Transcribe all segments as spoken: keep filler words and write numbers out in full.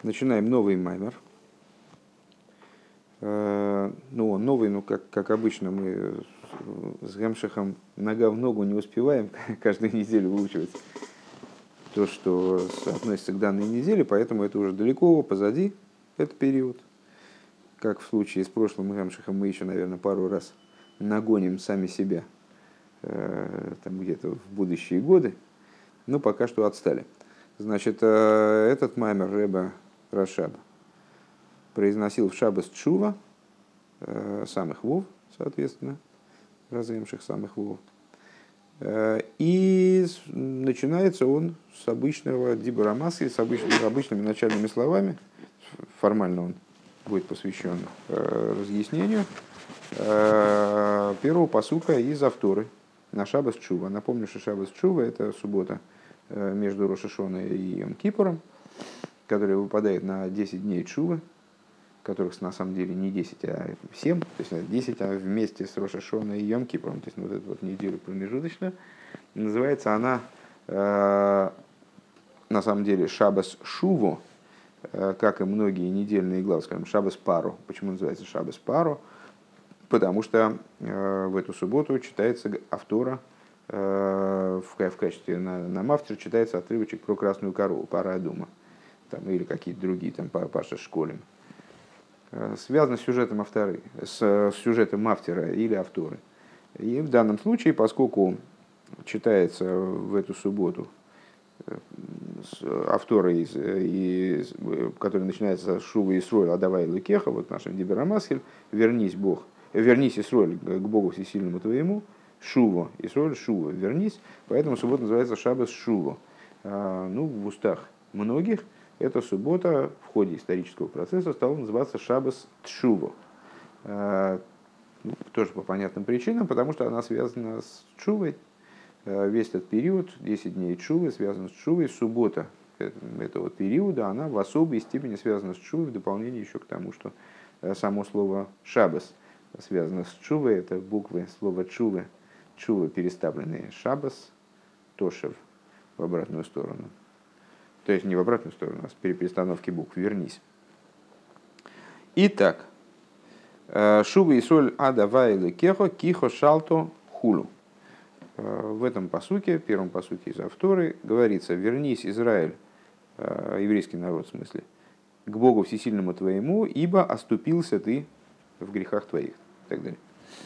Начинаем новый маймер. Ну, он новый, ну, как, как обычно, мы с Гемшихом нога в ногу не успеваем каждую неделю выучивать то, что относится к данной неделе, поэтому это уже далеко позади, этот период. Как в случае с прошлым Гемшихом, мы еще, наверное, пару раз нагоним сами себя там где-то в будущие годы, но пока что отстали. Значит, этот маймер Ребе Рашаб произносил в Шаббас Тшува, самых вов, соответственно, разымших самых вов. И начинается он с обычного дибура маски, с обычными, обычными начальными словами. Формально он будет посвящен разъяснению первого пасука из Авторы на Шаббас Тшува. Напомню, что Шаббас Тшува — это суббота между Рош ха-Шана и Йом Кипуром, которая выпадает на десять дней Тшувы, которых на самом деле не десять, а семь, то есть десять, а вместе с Рош ха-Шана и Йом Кипуром, то есть вот эту вот неделю промежуточно. Называется она э, на самом деле Шаббас Шуву, э, как и многие недельные главы, скажем, Шаббас Пару. Почему называется Шаббас Пару? Потому что э, в эту субботу читается Автора, э, в, в качестве на, на мафтер читается отрывочек про красную корову, пара Адума, там, или какие-то другие, там, Паша Школем. Э, связано с сюжетом Авторы, с, с сюжетом Мафтера или Авторы. И в данном случае, поскольку читается в эту субботу Автора, из, из, который начинается с Шува Исроэль, Адавай Лукеха, вот нашим Дибур Масхель, вернись, Бог, вернись, Исроэль, к Богу всесильному твоему, Шува, Исроэль, Шува, вернись, поэтому суббота называется Шаббас Шува. Ну, в устах многих эта суббота в ходе исторического процесса стала называться Шаббас Тшува. Тоже по понятным причинам, потому что она связана с Тшувой. Весь этот период, десять дней Тшувы, связан с Тшувой. Суббота этого периода, она в особой степени связана с Тшувой, в дополнение еще к тому, что само слово «шаббас» связано с Тшувой. Это буквы слова «тшувы», «тшува» переставленные «шаббас», «тошев» в обратную сторону. То есть не в обратную сторону, а с перестановки букв «вернись». Итак, «Шува Исоль ада вайлы кехо кихо шалто хулу». В этом пасуке, в первом пасуке из Авторы, говорится: «Вернись, Израиль», еврейский народ в смысле, «к Богу всесильному твоему, ибо оступился ты в грехах твоих», и так далее.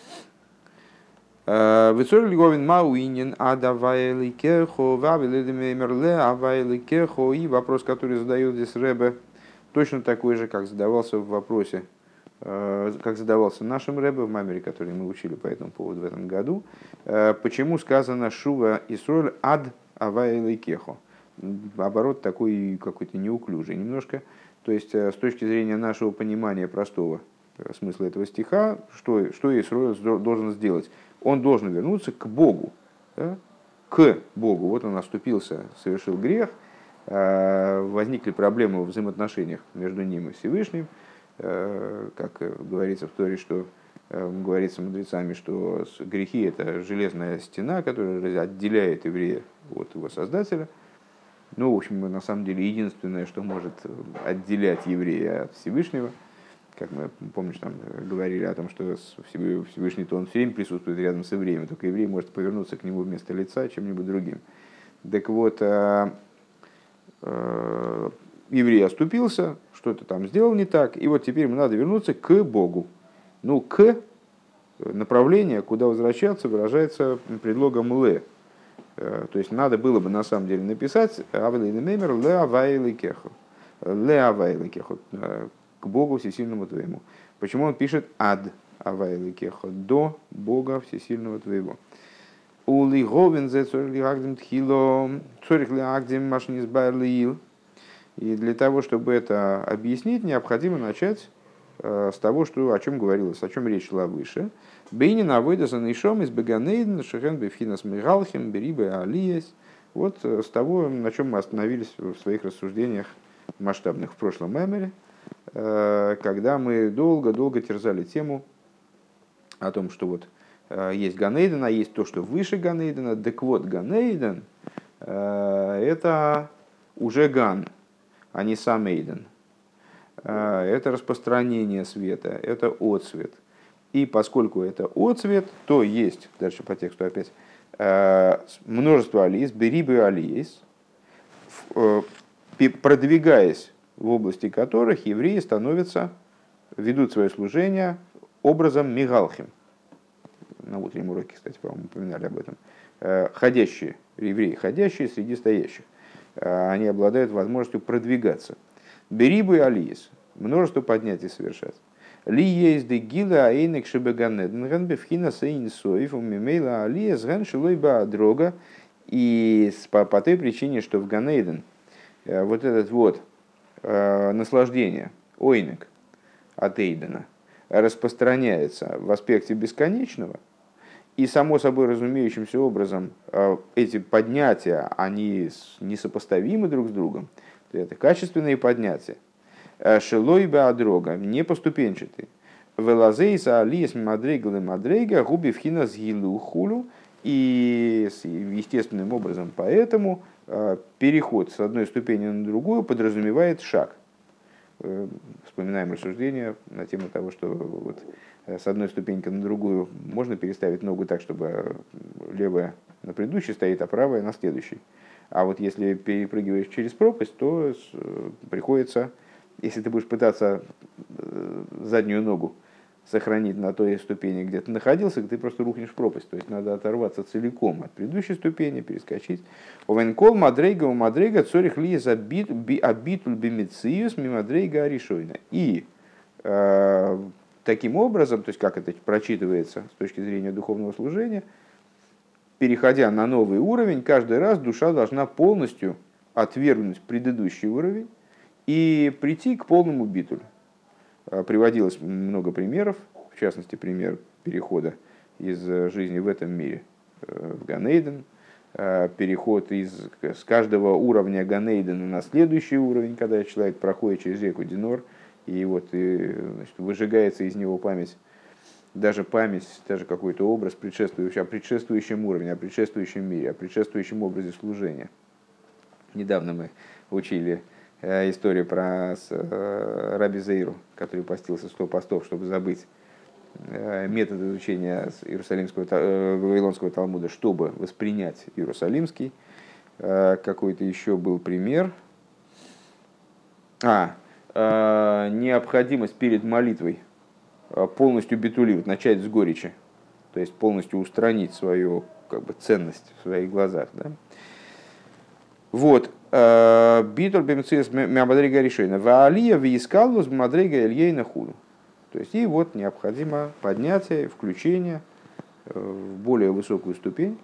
«Вецор льговин мауинин адавайли кехо вавиледемемерле авайли кехо». И вопрос, который задает здесь Ребе, точно такой же, как задавался в вопросе, как задавался нашим Ребе в маймере, который мы учили по этому поводу в этом году. Почему сказано «Шува Исроэль ад авай кехо»? Оборот такой какой-то неуклюжий немножко. То есть, с точки зрения нашего понимания простого смысла этого стиха, что, что Исроэль должен сделать? Он должен вернуться к Богу. Да? К Богу. Вот он оступился, совершил грех, возникли проблемы в взаимоотношениях между ним и Всевышним. Как говорится в Торе, что говорится мудрецами, что грехи — это железная стена, которая отделяет еврея от его Создателя. Ну, в общем, на самом деле, единственное, что может отделять еврея от Всевышнего, как мы, помнишь, там говорили о том, что Всевышний-то он все время присутствует рядом с евреем, только еврей может повернуться к нему вместо лица чем-нибудь другим. Так вот, еврей оступился, что-то там сделал не так, и вот теперь ему надо вернуться к Богу. Ну, к направлению, куда возвращаться, выражается предлогом «ле». То есть надо было бы на самом деле написать «авайлейнемемер ле авайлей кехо», «ле авайлей кехо», к Богу всесильному твоему. Почему он пишет «ад авайлей кехо», до Бога всесильного твоего. «Ули говен зе цорих ли агдем тхило, цорих ли агдем машнис байрлиил». И для того, чтобы это объяснить, необходимо начать э, с того, что, о чем говорилось, о чем речь шла выше. «Бейнин авойда за нишом из беганейден шехен бефхинас мигалхим берибе алиес». Вот с того, на чем мы остановились в своих рассуждениях масштабных в прошлом мемере, э, когда мы долго-долго терзали тему о том, что вот э, есть Ганейден, а есть то, что выше Ганейдена. Так вот, Ганейден э, — это уже Ган, а не сам Эйден. это распространение света, это отсвет. И поскольку это отсвет, то есть, дальше по тексту опять, множество алиес, берибы алиес, продвигаясь в области которых евреи становятся, ведут свое служение образом мигалхим. На утреннем уроке, кстати, по-моему, упоминали об этом. Ходящие, евреи, ходящие среди стоящих. Они обладают возможностью продвигаться. Берибы алиес, множество поднятий совершать. Ли есть де гила аэйнек шебеганеден ганбевхина сейн соев умимейла алиес ган шилойба дрога. И по, по той причине, что в Ганейден вот этот вот э, наслаждение, ойнек от Эйдена, распространяется в аспекте бесконечного, и само собой разумеющимся образом э, эти поднятия, они несопоставимы друг с другом, это качественные поднятия, шелой беадрога, не поступенчатые, велазейса алиес мадрейга мадрейга губи вхина сгилу хулю. И естественным образом поэтому переход с одной ступени на другую подразумевает шаг. Вспоминаем рассуждение на тему того, что вот с одной ступеньки на другую можно переставить ногу так, чтобы левая на предыдущей стоит, а правая на следующей. А вот если перепрыгиваешь через пропасть, то приходится, если ты будешь пытаться заднюю ногу сохранить на той ступени, где ты находился, ты просто рухнешь в пропасть. То есть надо оторваться целиком от предыдущей ступени, перескочить. Овенкол мадрейга у мадрейга цорих ли абитуль бимициус ми мадрейга аришойна. И э, таким образом, то есть как это прочитывается с точки зрения духовного служения, переходя на новый уровень, каждый раз душа должна полностью отвергнуть предыдущий уровень и прийти к полному битулю. Приводилось много примеров, в частности, пример перехода из жизни в этом мире в Ганейден, переход из, с каждого уровня Ганейдена на следующий уровень, когда человек проходит через реку Динор, и вот и, значит, выжигается из него память, даже память, даже какой-то образ предшествующий, о предшествующем уровне, о предшествующем мире, о предшествующем образе служения. Недавно мы учили историю про Раби Зейру, который постился сто постов, чтобы забыть метод изучения Иерусалимского, Вавилонского Талмуда, чтобы воспринять Иерусалимский. Какой-то еще был пример. А, необходимость перед молитвой полностью битуливать, начать с горечи, то есть полностью устранить свою как бы, ценность в своих глазах. Да? Вот. Битуль бемциес мямадрига решена. Ваалия виискалус мадрейга ильейна худу. То есть и вот необходимо поднятие, включение в более высокую ступень.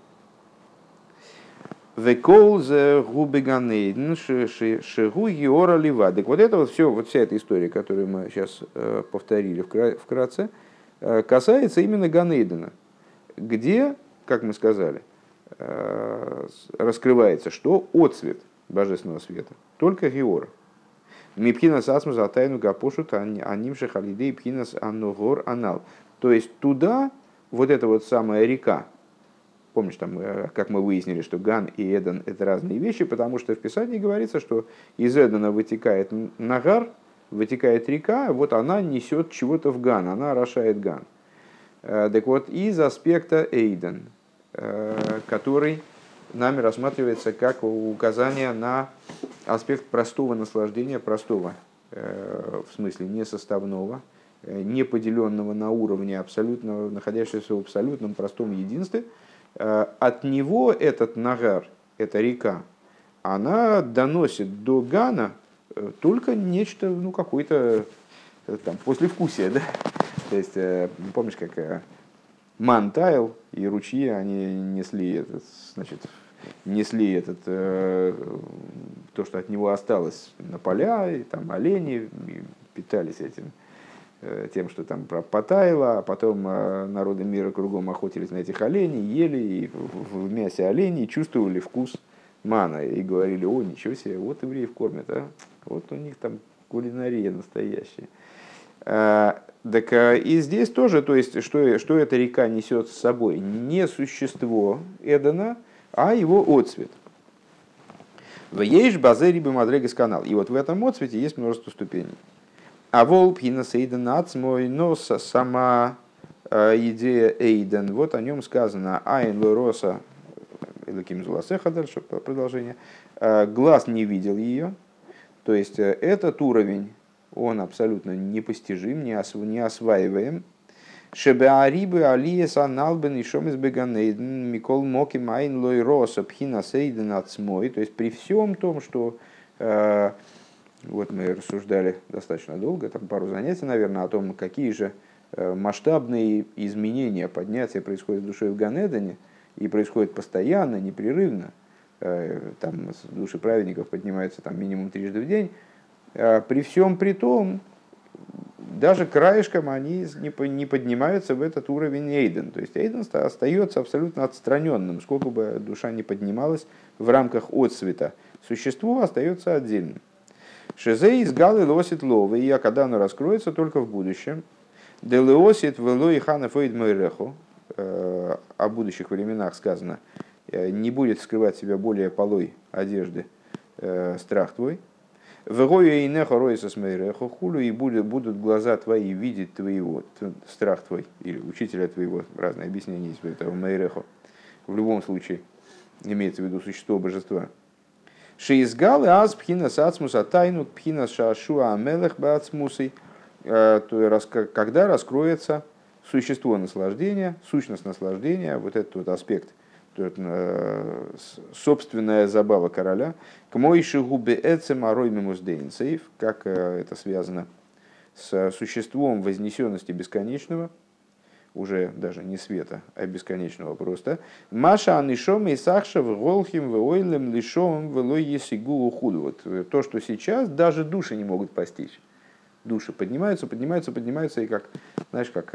Векол зе губиганейден шигу геора лива. Так вот это вот все, вот вся эта история, которую мы сейчас повторили вкратце, касается именно Ганейдена, где, как мы сказали, раскрывается что? Отцвет божественного света, только геора. Мипхинас асмус атайну гапошут анимши халидей пхинас анногор анал. То есть туда вот эта вот самая река. Помнишь, там, как мы выяснили, что Ган и Эден это разные вещи, потому что в Писании говорится, что из Эдена вытекает Нагар, вытекает река, вот она несет чего-то в Ган, она орошает Ган. Так вот, из аспекта Эйден, который нами рассматривается как указание на аспект простого наслаждения, простого, в смысле несоставного, не поделенного на уровне абсолютного, находящегося в абсолютном простом единстве. От него этот нагар, эта река, она доносит до Гана только нечто, ну, какое-то там послевкусие, да? То есть, помнишь, как ман таял, и ручьи, они несли этот, значит, несли этот, то, что от него осталось на поля, и там олени и питались этим, тем, что там потаяло, а потом народы мира кругом охотились на этих оленей, ели и в мясе оленей чувствовали вкус мана и говорили: о, ничего себе, вот евреев кормят, а? Вот у них там кулинария настоящая. Так и здесь тоже, то есть, что, что эта река несет с собой? Не существо Эдена, а его отцвет. В ейш базе рибы мадрегас канал. И вот в этом отцвете есть множество ступеней. А волк пхинас эйден ацмой, но сама идея эйден, вот о нем сказано, айн лороса, элаким зуласеха, дальше продолжение, глаз не видел ее, то есть этот уровень, он абсолютно непостижим, не осваиваем. Шебеарибы алиес аналбен и шомис беганейден микол моки майн лой роса пхина сейден ацмой. То есть при всем том, что э, вот мы рассуждали достаточно долго, там пару занятий, наверное, о том, какие же э, масштабные изменения поднятия происходят с душой в Ганедане и происходит постоянно, непрерывно. Э, там души праведников поднимаются там минимум трижды в день. Э, при всем при том, даже краешком они не поднимаются в этот уровень эйден. То есть эйден остается абсолютно отстраненным, сколько бы душа не поднималась в рамках отцвета. Существо остается отдельным. Шезей из галы лосит ловы, и когда оно раскроется только в будущем. Делеосит велой хана фейд мойреху. О будущих временах сказано, не будет скрывать себя более полой одежды страх твой. И будут, будут глаза твои видеть твоего, страх твой, или учителя твоего, разные объяснения есть этого мейрехо. В любом случае имеется в виду существо божества. Шеизгал и аз пхина сацмуса тайну пхина шашуа амелех бацмусой. Когда раскроется существо наслаждения, сущность наслаждения, вот этот вот аспект, собственная забава короля, к моиши губе эцем ароймимус дейнцейв, как это связано с существом вознесенности бесконечного, уже даже не света, а бесконечного просто. Маша анишом и сахшав голхим веойлем лишом велой есигу ухуду. Вот то, что сейчас даже души не могут постичь. Души поднимаются, поднимаются, поднимаются, и как, знаешь, как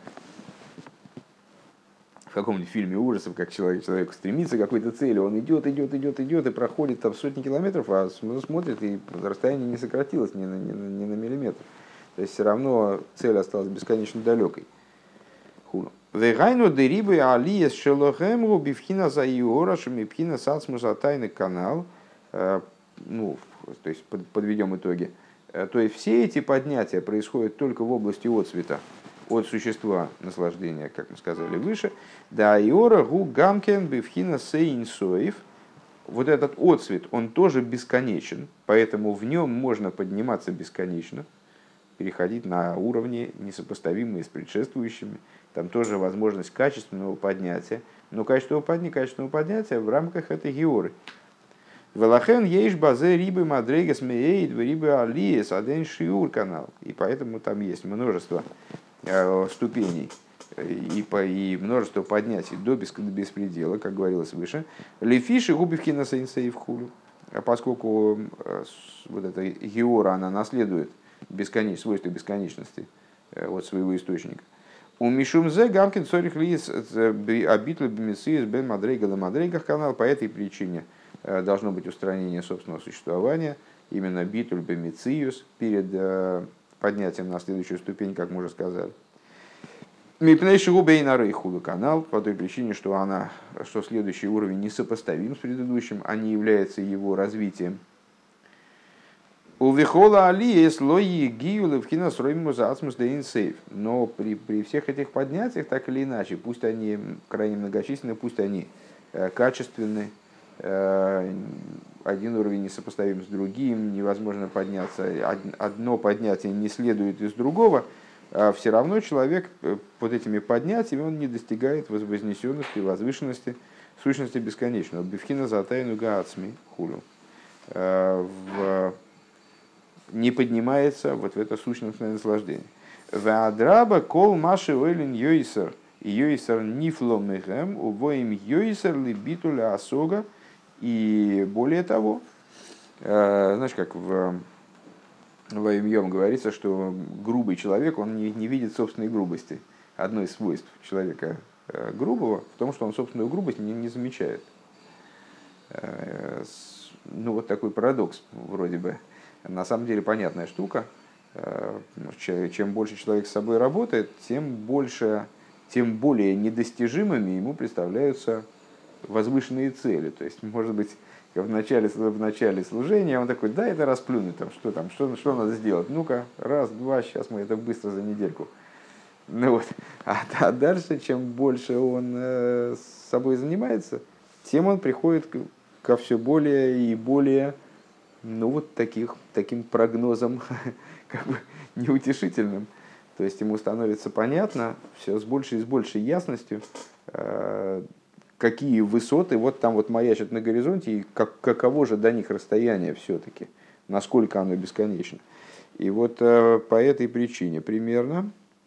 в каком-нибудь фильме ужасов, как человек, человек стремится к какой-то цели, он идет, идет, идет, идет и проходит там сотни километров, а смотрит, и расстояние не сократилось ни на, ни на, ни на миллиметр. То есть все равно цель осталась бесконечно далекой. Вегайну дерибы алиес шелохемру бифхина заиора шумипхина сацмуса тайный канал. Ну, то есть подведем итоги. То есть все эти поднятия происходят только в области отцвета, от существа наслаждения, как мы сказали выше. Да иора гу гамкен бифхина сейнсоев. Вот этот отцвет, он тоже бесконечен, поэтому в нем можно подниматься бесконечно, переходить на уровни, несопоставимые с предшествующими. Там тоже возможность качественного поднятия. Но качественного поднятия, качественного поднятия в рамках этой георы. Велахен ейш базе рибы мадрегас меейд рибы алиес аден шиур канал. И поэтому там есть множество э, ступеней и, по, и множество поднятий до беспредела, как говорилось выше. Лефиши губивки на сейнсей в хулю. Поскольку э, вот эта геора, она наследует бесконеч... свойства бесконечности э, от своего источника. У Мишумзе Гамкин Сорих Лис обитель Бемисиес Бен Мадрейга на Мадрейгах канал. По этой причине должно быть устранение собственного существования, именно битуль Бемисиес перед поднятием на следующую ступень, как мы уже сказали. Мипнейши Губейна Рейхуду канал, по той причине, что, она, что следующий уровень несопоставим с предыдущим, а не является его развитием. У Вихола Али слои гиюлы в киносроиму за ацмус дейнсейв. Но при, при всех этих поднятиях, так или иначе, пусть они крайне многочисленны, пусть они э, качественны, э, один уровень несопоставим с другим, невозможно подняться, одно поднятие не следует из другого, э, все равно человек э, под этими поднятиями он не достигает вознесенности, возвышенности, сущности бесконечного. Бифхина затайну гаацми хулю. Э, в не поднимается вот в это сущностное наслаждение. Веадраба кол маши ойлин йойсер йойсер нифломехем увоим йойсер либитуля асога. И более того, знаешь, как в Ваимьем говорится, что грубый человек, он не, не видит собственной грубости. Одно из свойств человека грубого в том, что он собственную грубость не, не замечает. Ну, вот такой парадокс вроде бы. На самом деле понятная штука. Чем больше человек с собой работает, тем больше, тем более недостижимыми ему представляются возвышенные цели. То есть, может быть, в начале, в начале служения, он такой, да, это расплюнуть, там, что там, что, что надо сделать? Ну-ка, раз, два, сейчас мы это быстро за недельку. Ну вот. А, а дальше, чем больше он э, с собой занимается, тем он приходит к, ко все более и более, ну вот таких, таким прогнозам, как бы неутешительным. То есть ему становится понятно все с большей и с большей ясностью, э, какие высоты вот там вот маячат на горизонте, и как, каково же до них расстояние все-таки, насколько оно бесконечно. И вот э, по этой причине примерно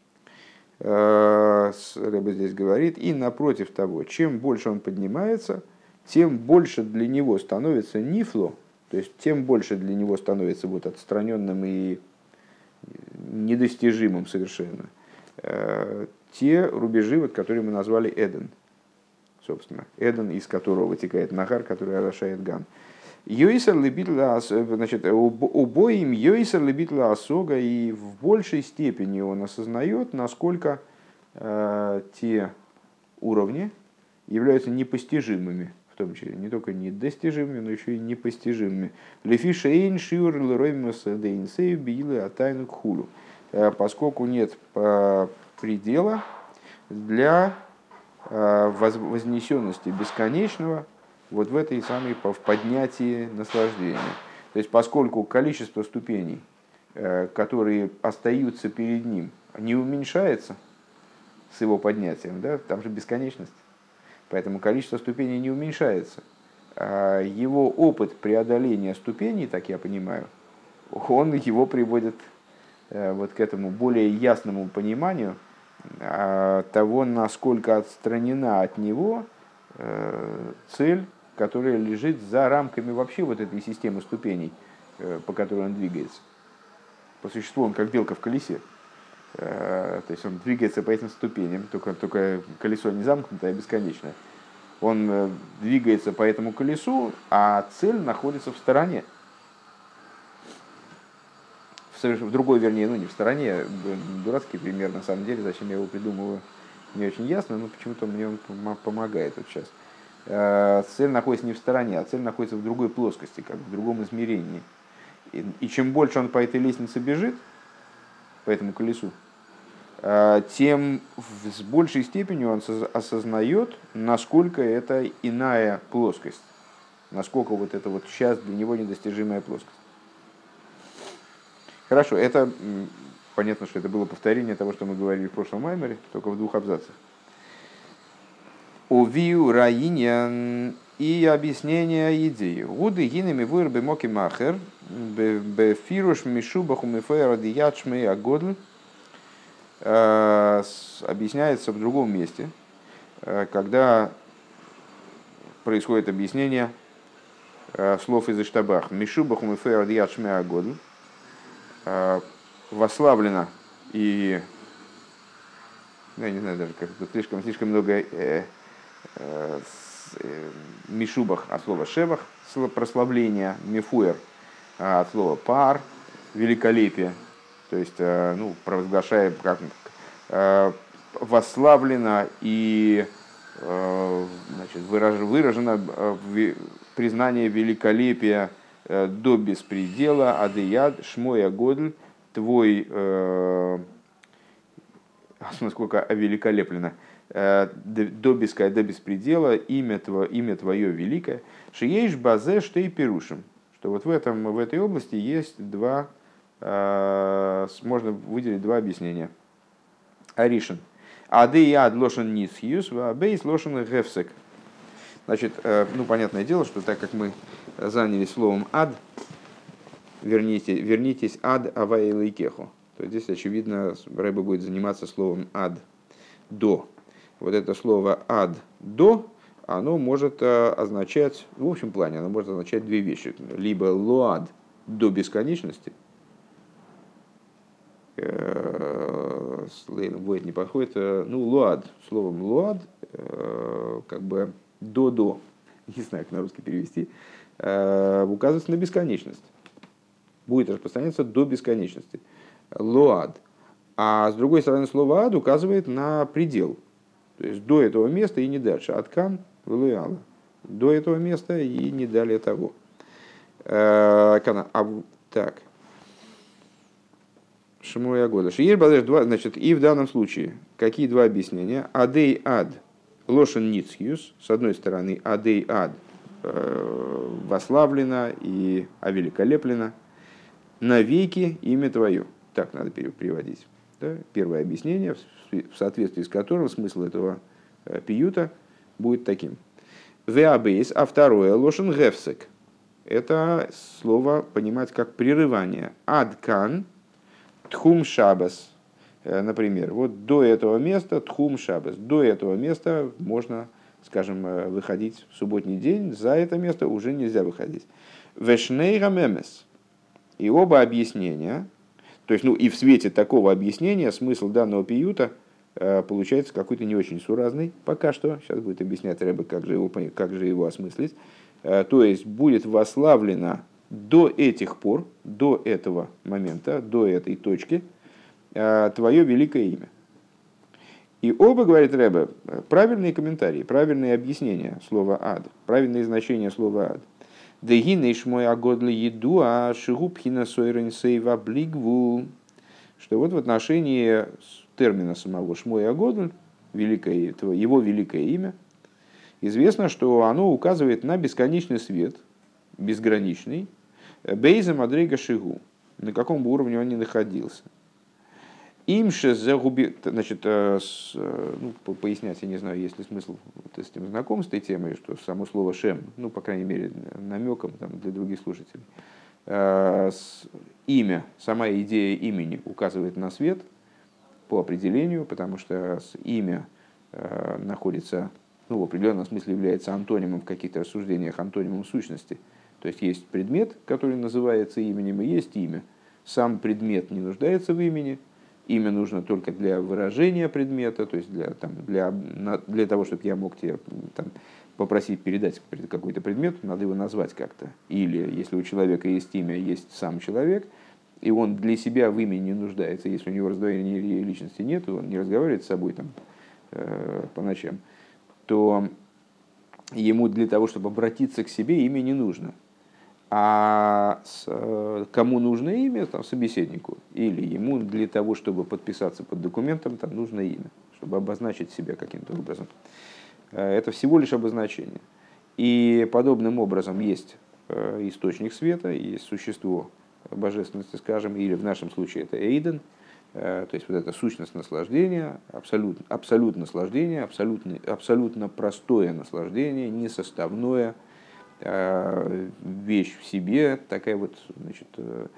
э, Рэбе здесь говорит, и напротив того, чем больше он поднимается, тем больше для него становится нифло, то есть тем больше для него становится вот отстраненным и недостижимым совершенно э, те рубежи, вот, которые мы назвали Эден. Собственно, Эден, из которого вытекает Нахар, который орошает Ган. Йойсер лебитла, значит, обоим Йойсер лебитла осога, и в большей степени он осознает, насколько э, те уровни являются непостижимыми, в том числе не только недостижимыми, но еще и непостижимыми. Лефишейн шиур лроймус дейнсей биилы атайну кхулу, поскольку нет предела для вознесенности бесконечного вот в этой самой в поднятии наслаждения. То есть поскольку количество ступеней, которые остаются перед ним, не уменьшается с его поднятием, да, там же бесконечность, поэтому количество ступеней не уменьшается. А его опыт преодоления ступеней, так я понимаю, он его приводит вот к этому более ясному пониманию того, насколько отстранена от него цель, которая лежит за рамками вообще вот этой системы ступеней, по которой он двигается. По существу он как белка в колесе. То есть он двигается по этим ступеням, только, только колесо не замкнутое, а бесконечное. Он двигается по этому колесу, а цель находится в стороне. В другой, вернее, ну не в стороне, дурацкий пример, на самом деле, зачем я его придумываю, не очень ясно, но почему-то мне он помогает вот сейчас. Цель находится не в стороне, а цель находится в другой плоскости, как в другом измерении. И, и чем больше он по этой лестнице бежит, по этому колесу, тем с большей степенью он осознает, насколько это иная плоскость, насколько вот это вот сейчас для него недостижимая плоскость. Хорошо, это понятно, что это было повторение того, что мы говорили в прошлом маймере, только в двух абзацах. Увию раинян и объяснение идеи. Гуды гинами вырбы моки махер, бефируш мишубах умифера диячмей агодль, объясняется в другом месте, когда происходит объяснение слов из Иштабах. Мишубах умифера диячмей агодль. Восславлено и, ну, я не знаю, даже как тут слишком, слишком много э, э, э, мишубах от слова шебах, прославление, мифуэр от слова пар, великолепие, то есть, э, ну, провозглашаем, как э, восславлено и э, значит, выраж, выражено э, признание великолепия до беспредела, адыяд, шмоя годль, твой, э, насколько великолеплено, э, до, беска, до беспредела, имя, тво, имя твое великое, шиеш базе штей пирушим, что вот в, этом, в этой области есть два, э, можно выделить два объяснения. Аришин. Адыяд лошен нисхиюс, бейс лошен гефсек. Значит, ну, понятное дело, что так как мы занялись словом «ад», верните, вернитесь «ад авай кеху», то здесь, очевидно, Рэбе будет заниматься словом «ад» – «до». Вот это слово «ад» – «до», оно может означать, в общем плане, оно может означать две вещи. Либо «лоад» – «до бесконечности», будет не подходит, ну, «лоад», словом «лоад», как бы «до-до», не знаю, как на русский перевести, указывается на бесконечность. Будет распространяться до бесконечности. Лоад. А с другой стороны, слово ад указывает на предел. То есть до этого места и не дальше. Аткан, влуяла. до этого места и не далее того. А, так. Шмуй Агода. Шиир Бадеш два, значит, и в данном случае, какие два объяснения? Адей ад лошен ницхиус, с одной стороны, адей ад вославлено и овеликолеплено, навеки имя твое. Так надо переводить. Да? Первое объяснение, в соответствии с которым смысл этого пиюта будет таким. Веабейс, а второе лошен гефсек. Это слово понимать как прерывание. Адкан тхум шабас. Например, вот до этого места тхум шабас. До этого места можно, скажем, выходить в субботний день. За это место уже нельзя выходить. Вешнейга мемес. И оба объяснения, то есть, ну и в свете такого объяснения смысл данного пиюта получается какой-то не очень суразный пока что. Сейчас будет объяснять Ребе, как же его, как же его осмыслить. То есть будет вославлено до этих пор, до этого момента, до этой точки твое великое имя. И оба, говорит Ребе, правильные комментарии, правильные объяснения слова ад, правильное значение слова ад. Дегинейш мой агодли еду, а шигубхина сойрен сейва блигву. Что вот в отношении термина самого шмой агодль, великое, его великое имя, известно, что оно указывает на бесконечный свет, безграничный, бейза мадрейга шигу, на каком бы уровне он ни находился. Имше загуби, значит, ну, пояснять, я не знаю, есть ли смысл вот с этим знаком с этой темой, что само слово шем, ну, по крайней мере, намеком там, для других слушателей, имя, сама идея имени указывает на свет по определению, потому что имя находится, ну, в определенном смысле является антонимом в каких-то рассуждениях, антонимом сущности. То есть есть предмет, который называется именем, и есть имя. Сам предмет не нуждается в имени. Имя нужно только для выражения предмета, то есть для, там, для, для того, чтобы я мог тебе там, попросить передать какой-то предмет, надо его назвать как-то. Или если у человека есть имя, есть сам человек, и он для себя в имени не нуждается, если у него раздвоения личности нет, он не разговаривает с собой там, э, по ночам, то ему для того, чтобы обратиться к себе, имя не нужно. А с, кому нужно имя, там, собеседнику, или ему для того, чтобы подписаться под документом, там нужно имя, чтобы обозначить себя каким-то образом. Это всего лишь обозначение. И подобным образом есть источник света, есть существо божественности, скажем, или в нашем случае это эйден, то есть вот эта сущность наслаждения, абсолют, абсолют наслаждение, абсолютно, абсолютно простое наслаждение, несоставное, вещь в себе, такая вот, значит,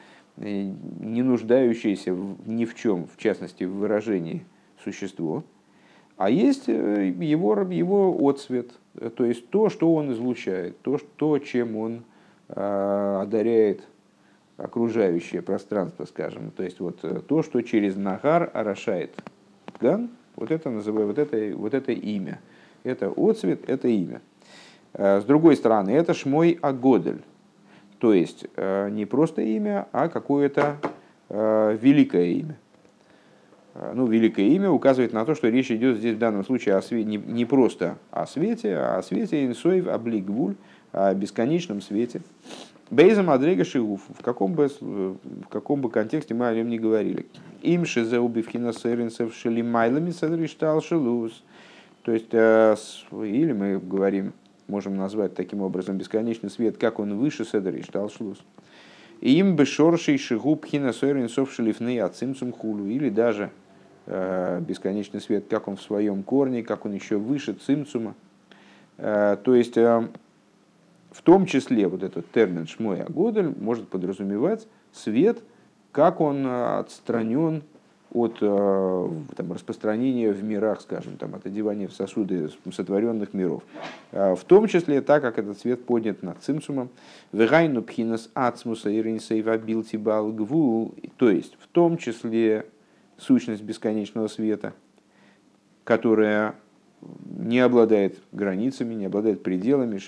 не нуждающаяся ни в чем, в частности в выражении существо, а есть его, его отцвет, то есть то, что он излучает, то, то чем он одаряет окружающее пространство, скажем, то есть вот то, что через нагар орошает ган, вот это называю, вот это, вот это имя, это отцвет, это имя. С другой стороны, это шмой агодель, то есть не просто имя, а какое-то великое имя. Ну, великое имя указывает на то, что речь идет здесь в данном случае о свете, не, не просто о свете, а о свете инсоев, облигвуль, о бесконечном свете. Бейза мадрега шигуф, в каком бы, в каком бы контексте мы о нем не говорили. Им шизеубивхина сэринсев шелимайлами садриштал шелуз. То есть, или мы говорим, можем назвать таким образом бесконечный свет, как он выше седри шталшлус. Им бы шорший шигуб хина сойренсов шелифны ацимцум хулу. Или даже э, бесконечный свет, как он в своем корне, как он еще выше цимцума. Э, то есть, э, в том числе вот этот термин шмой агодель может подразумевать свет, как он отстранен от там, распространения в мирах, скажем, там, от одевания в сосуды сотворенных миров. В том числе так, как этот свет поднят над цимцумом. Вегайну пхинас ацмуса иринсейва билтибал гвул. То есть, в том числе сущность бесконечного света, которая не обладает границами, не обладает пределами.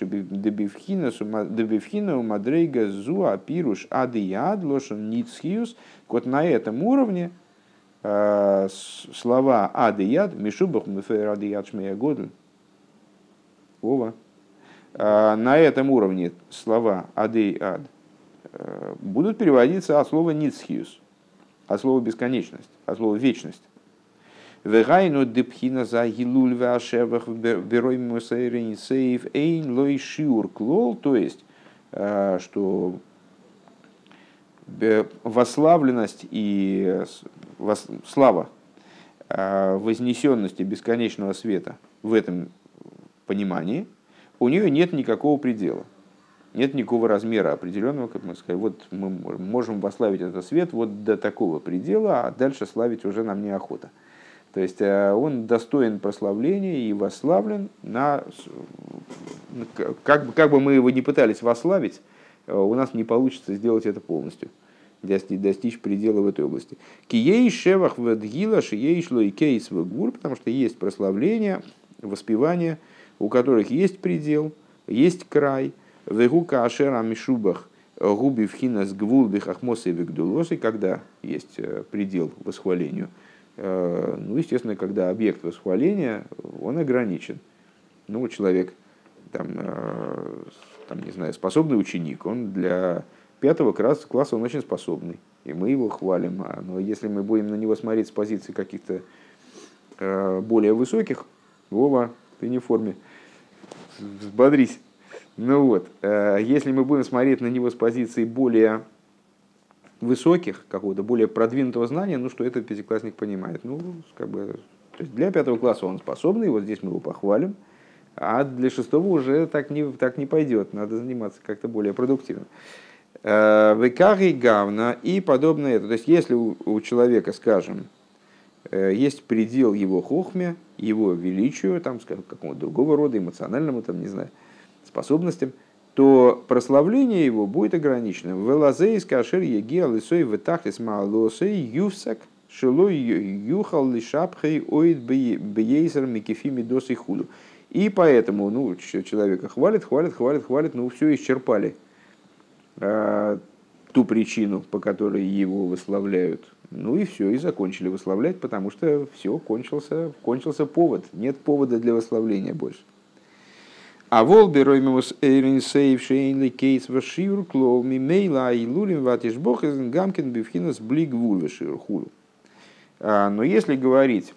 Дебивхина у мадрейга зуа пируш адияд лошен ницхиус. Вот на этом уровне слова ад и яд, мишубах мефер ад и яд шмея годль, Ова, На этом уровне слова ад и ад будут переводиться от слова ницхиус, от слова бесконечность, от слова вечность. Вегайну депхина за гилуль веашевах берой мусейрин сейф эйн лой шиур клол, то есть, что восславленность и слава вознесенности бесконечного света в этом понимании у нее нет никакого предела. Нет никакого размера определенного, как мы сказали, вот мы можем восславить этот свет вот до такого предела, а дальше славить уже нам неохота. То есть он достоин прославления и восславлен на... Как бы, как бы мы его ни пытались восславить, у нас не получится сделать это полностью, достичь предела в этой области. Кией шевах вадгила шией шло и кейс вгур, потому что есть прославление, воспевание, у которых есть предел, есть край. Вегука ашера мишубах губи вхинас гвулбих ахмосы вегдулосы, когда есть предел восхвалению. Ну, естественно, когда объект восхваления, он ограничен. Ну, человек, там, там, не знаю, способный ученик, он для пятого класса, класса он очень способный, и мы его хвалим. Но если мы будем на него смотреть с позиции каких-то более высоких, Вова, ты не в форме, взбодрись. Ну вот, если мы будем смотреть на него с позиции более высоких, какого-то более продвинутого знания, ну что этот пятиклассник понимает? Ну, как бы, то есть для пятого класса он способный, вот здесь мы его похвалим, а для шестого уже так не, так не пойдет, надо заниматься как-то более продуктивно. Векари гавна и подобное это. То есть если у, у человека, скажем, есть предел его хохме, его величию, там, скажем, какого-то другого рода, эмоциональному, там, не знаю, способностям, то прославление его будет ограниченным. Велазейс кашер еги алисой ветахис маалосей юфсак шилой юхал лишапхей оид бейзер микефими дос и худу. И поэтому, ну, человека хвалит, хвалит, хвалит, хвалит, ну, все исчерпали а, ту причину, по которой его выславляют. Ну и все, и закончили выславлять, потому что все, кончился, кончился повод. Нет повода для выславления больше. А волбероймус эйрин сейв шейнли кейс вашиур клоу мимейла и лулим ватиш бог из гамкин бифхинас блиг вульвашир хулу. Но если говорить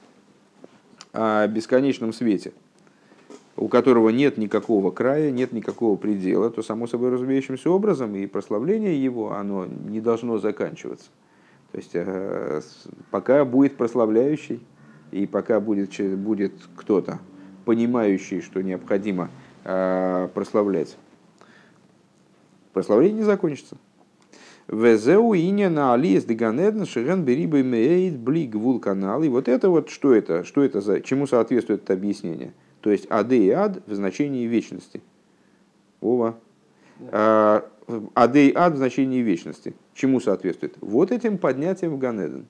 о бесконечном свете, у которого нет никакого края, нет никакого предела, то само собой разумеющимся образом и прославление его, оно не должно заканчиваться. То есть пока будет прославляющий, и пока будет, будет кто-то, понимающий, что необходимо прославлять, прославление не закончится. Везеу иня на алиес деганедн шерен берибы меэйд блиг вулканал. И вот это вот, что это? Что это за, чему соответствует это объяснение? То есть ад и ад в значении вечности. Ова. А, ад и ад в значении вечности. Чему соответствует? Вот этим поднятием в Ганеден.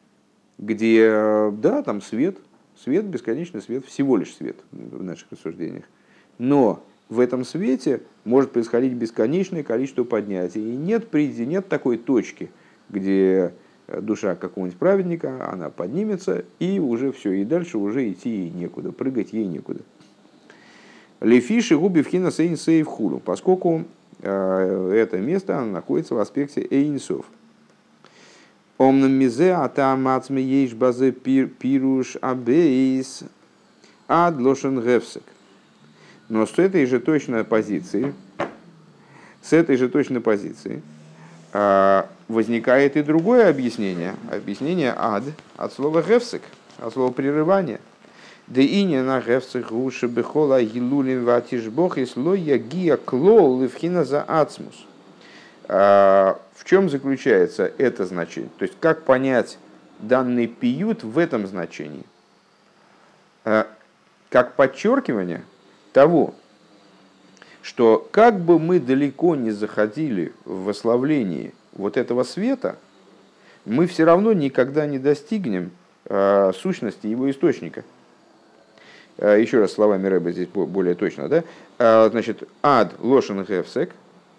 Где, да, там свет, свет, бесконечный свет, всего лишь свет в наших рассуждениях. Но в этом свете может происходить бесконечное количество поднятий. И нет, нет такой точки, где душа какого-нибудь праведника, она поднимется, и уже все, и дальше уже идти ей некуда, прыгать ей некуда. Лефиши губи вхина сейн сейв хулу, поскольку э, это место оно находится в аспекте эйнсов. Омнам мизе атамацме ейш базе пируш абейс адлошен гевсек. Но с этой же точной позиции, с этой же точной позиции возникает и другое объяснение. Объяснение ад от слова гевсек, от слова прерывание. Да и не на гевсек гуши бехола гилулин ватишбох и слоя гия клол левхина за ацмус. В чем заключается это значение? То есть как понять данный пиют в этом значении? Как подчеркивание того, что как бы мы далеко не заходили в восславлении вот этого света, мы все равно никогда не достигнем э, сущности его источника. Э, еще раз словами Рэба здесь более точно. Да? Э, значит, ад лошен гевсек.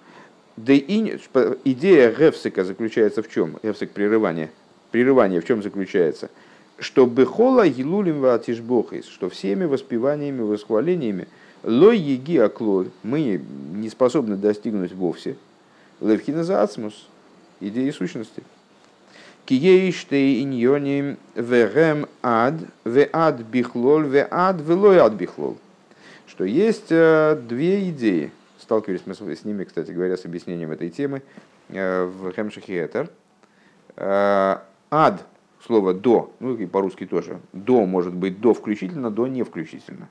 Идея гевсека заключается в чем? Гевсек прерывание. Прерывание в чем заключается? Что бехола гилулим ватишбохис, что всеми воспеваниями, восхвалениями Лой еги аклоль, мы не способны достигнуть вовсе. Левхина за ацмус, идеи сущности. Киеиштей иньоним вегем ад, ве ад бихлол, ве ад велой ад бихлол. Что есть две идеи. Сталкивались мы с ними, кстати говоря, с объяснением этой темы в Хемшихе Этер. Ад, слово до, ну и по-русски тоже, до может быть до включительно, до не включительно.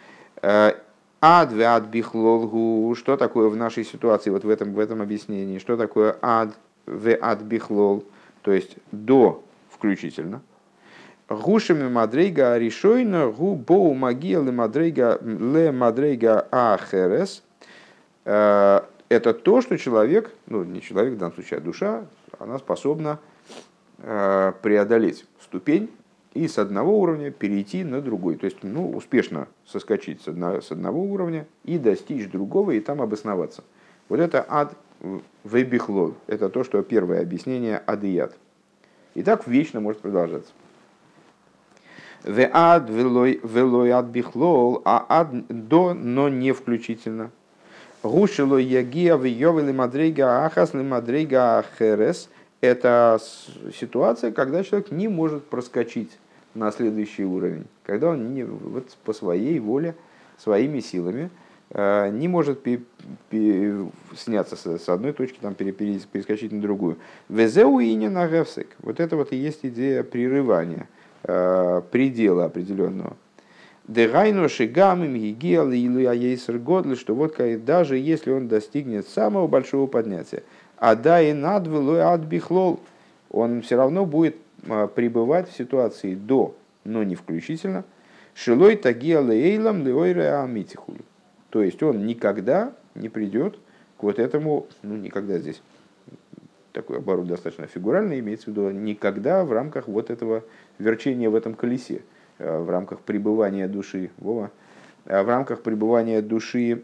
Ад ве ад бихлол, что такое в нашей ситуации, вот в этом, в этом объяснении, что такое ад ве ад бихлол, то есть до включительно. Гушами мадрейга решойна гу боу магия ле мадрейга ле мадрейга ахерес. Это то, что человек, ну не человек в данном случае, а душа, она способна преодолеть ступень и с одного уровня перейти на другой. То есть ну, успешно соскочить с одного, с одного уровня и достичь другого и там обосноваться. Вот это ад вебихлол. Это то, что первое объяснение адыят. И так вечно может продолжаться. Ве ад велой ад бихлол, а ад до, но не включительно. Гушило ягия вьёвели мадрейга ахас ли мадрейга ахерес. Это ситуация, когда человек не может проскочить на следующий уровень, когда он не, вот, по своей воле, своими силами э, не может пи, пи, сняться с, с одной точки, там, перескочить на другую. Везеу и не на гефсек. Вот это вот и есть идея прерывания, э, предела определенного. Дегайну шигамим гигел или аейсер годли, что вот даже если он достигнет самого большого поднятия, а да и надвелой адбихлол, он все равно будет пребывать в ситуации до, но не включительно. Шилой тагия лейлам леойре амитихуль. То есть он никогда не придет к вот этому, ну никогда здесь, такой оборот достаточно фигуральный, имеется в виду никогда в рамках вот этого верчения в этом колесе, в рамках пребывания души, Вова, в рамках пребывания души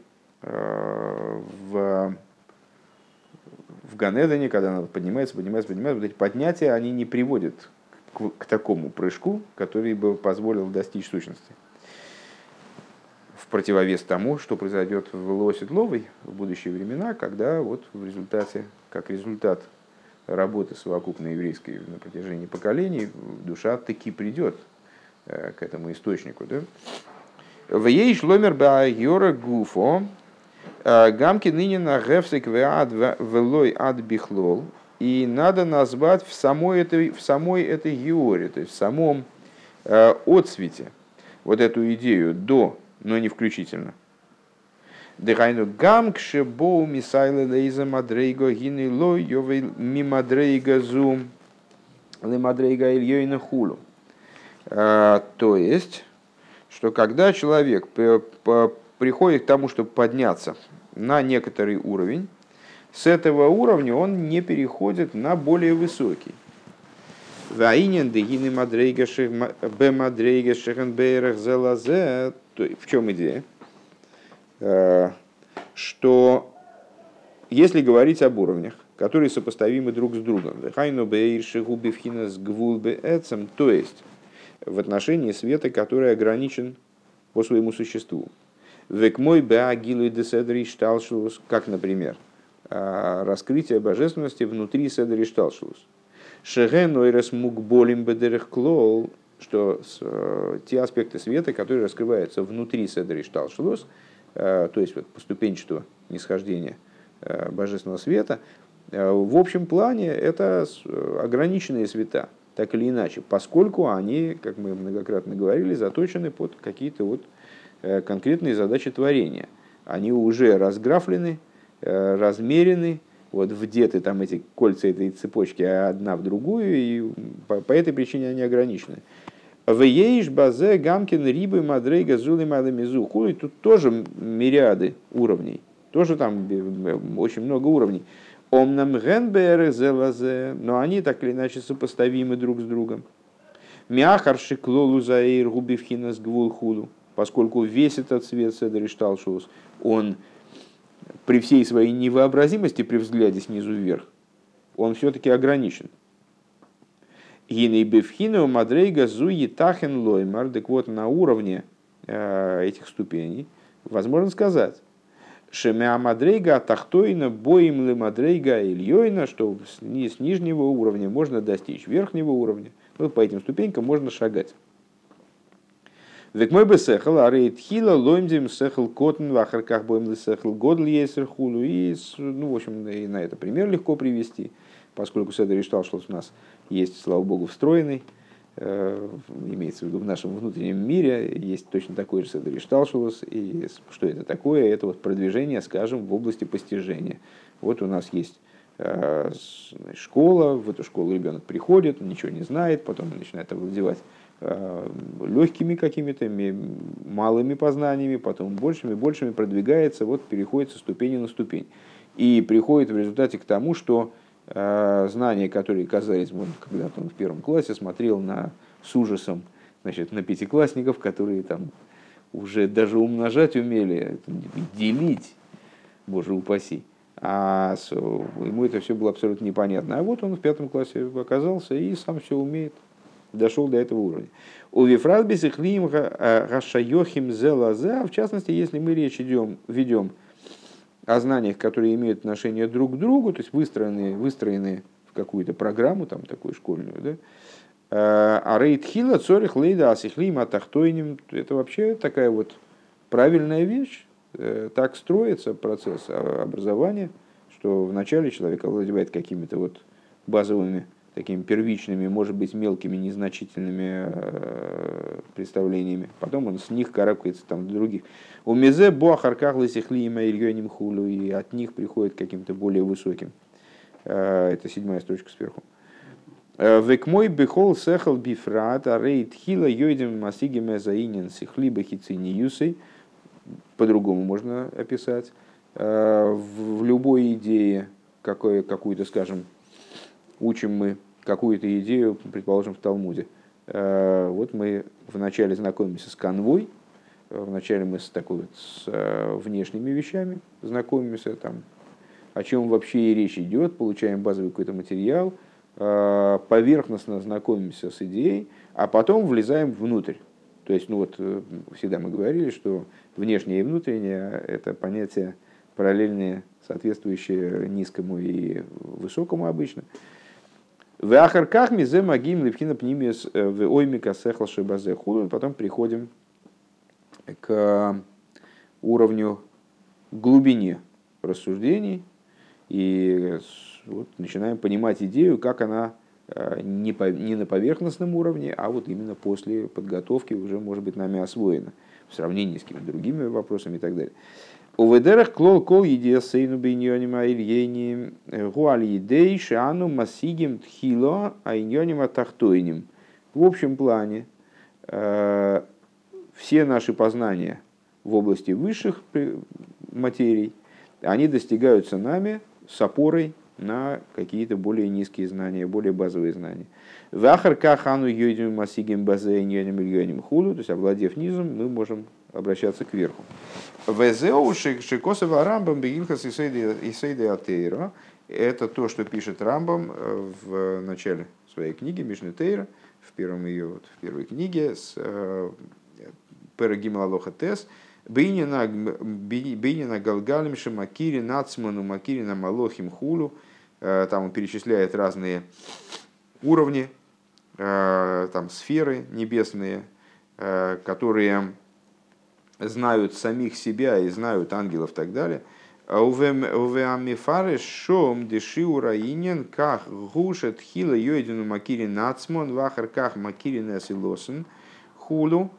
в в Ганедане, когда она поднимается, поднимается, поднимается, вот эти поднятия, они не приводят к, к такому прыжку, который бы позволил достичь сущности. В противовес тому, что произойдет в Лоситловой в будущие времена, когда вот в результате, как результат работы совокупной еврейской на протяжении поколений, душа таки придет к этому источнику. В ей шломер ба йора гуфо, гамки ныне на гефсик веад велой ад бихлол, и надо назвать в самой этой, в самой этой георе, то есть в самом э, отсвете, вот эту идею до, но не включительно. Дехайну гамкше боу мисайле лейза мадрейго гины лой йовей ми мадрейго зум ле мадрейго ильёйна хулу. То есть, что когда человек приходит к тому, чтобы подняться на некоторый уровень, с этого уровня он не переходит на более высокий. В чем идея? Что если говорить об уровнях, которые сопоставимы друг с другом, то есть в отношении света, который ограничен по своему существу. Как, например, раскрытие божественности внутри Седер Ишталшус. Что те аспекты света, которые раскрываются внутри Седер Ишталшус, то есть вот поступенчатого нисхождения божественного света, в общем плане это ограниченные света, так или иначе, поскольку они, как мы многократно говорили, заточены под какие-то вот конкретные задачи творения. Они уже разграфлены, размерены, вот вдеты там эти кольца этой цепочки одна в другую, и по, по этой причине они ограничены. В ейш базе гамкин рибы мадрейга зули мадамизу. Хули тут тоже мириады уровней, тоже там очень много уровней. Омнам генбер зелазе, но они так или иначе сопоставимы друг с другом. Мяхар шиклолу заир губивхинас гвул худу. Поскольку весь этот свет Седер Ишталшус, он при всей своей невообразимости при взгляде снизу вверх, он все-таки ограничен. Гиней бифхину мадрейга зуи тахен лоймар. Так вот, на уровне э, этих ступеней, возможно сказать, Шемя Мадрейга Тахтойна Боим Ле Мадрейга Ильёйна, что с нижнего уровня можно достичь верхнего уровня. Вот по этим ступенькам можно шагать. Век мой бы сехал, а рейд хила лоймдим сехал котн в ахарках боим ле сехал годл есер хулу. И, ну, в общем, и на это пример легко привести, поскольку Седер Иштал, что у нас есть, слава богу, встроенный, э, имеется в виду в нашем внутреннем мире, есть точно такой же Седер Ишталшулус. И что это такое? Это вот продвижение, скажем, в области постижения. Вот у нас есть э, школа, в эту школу ребенок приходит, ничего не знает, потом начинает овладевать легкими какими-то малыми познаниями, потом большими, большими продвигается, вот переходит со ступени на ступень. И приходит в результате к тому, что э, знания, которые казались, вот, когда-то он в первом классе смотрел на, с ужасом, значит, на пятиклассников, которые там уже даже умножать умели, делить, боже упаси. А с, ему это все было абсолютно непонятно. А вот он в пятом классе оказался и сам все умеет. Дошел до этого уровня. У Вифрадбис и Хлим Рашайохим Зелазе, в частности, если мы речь идем, ведем о знаниях, которые имеют отношение друг к другу, то есть выстроенные, выстроенные в какую-то программу, там, такую школьную, да, а Рейдхила, Цорих, Лейда, Асихлим, Атахтойним, это вообще такая вот правильная вещь. Так строится процесс образования, что вначале человек овладевает какими-то вот базовыми, такими первичными, может быть, мелкими, незначительными представлениями. Потом он с них карабкается там до других. У мезе боахарках лысихлима ильёним хулю, и от них приходит к каким-то более высоким. Это седьмая строчка сверху. Век мой бихол сехал бифрат, а рейд хила йойдем масигиме заинен сихлиба хицини. По-другому можно описать. В любой идее, какой, какую-то, скажем, учим мы какую-то идею, предположим, в Талмуде. Вот мы вначале знакомимся с канвой, вначале мы с такой вот, с внешними вещами знакомимся, там, о чем вообще и речь идет, получаем базовый какой-то материал, поверхностно знакомимся с идеей, а потом влезаем внутрь. То есть, ну вот, всегда мы говорили, что внешнее и внутреннее – это понятия параллельные, соответствующие низкому и высокому обычно. В ахарках мизе магим левкина пнимис в оймика сехла шебазе худу. Потом приходим к уровню глубине рассуждений и вот начинаем понимать идею, как она не, по, не на поверхностном уровне, а вот именно после подготовки уже может быть нами освоена в сравнении с какими-то другими вопросами и так далее. У ведерах клол кол едия сейну бейньонима ильени гуаль едей шану масигим тхило айньонима тахтойним. В общем плане э, все наши познания в области высших материй, они достигаются нами с опорой на какие-то более низкие знания, более базовые знания. В ахарках ану йодим масигим базе айньоним ильоним худу, то есть овладев низом, мы можем обращаться к верху. Везеу шикосова Рамбам бегинхас исейды атеира. Это то, что пишет Рамбам в начале своей книги Мишне Тейра, в первом ее, вот, в первой книге с Перагим Алоха Тес. Бейнина Галгалим Шамакири Нацману Макирина Малохим Хулу. Там он перечисляет разные уровни, там сферы небесные, которые знают самих себя и знают ангелов и так далее. Увеамифареш шом дешиура инен ках гушет хила йойдину макири нацмон вахарках макири насилосен хулу.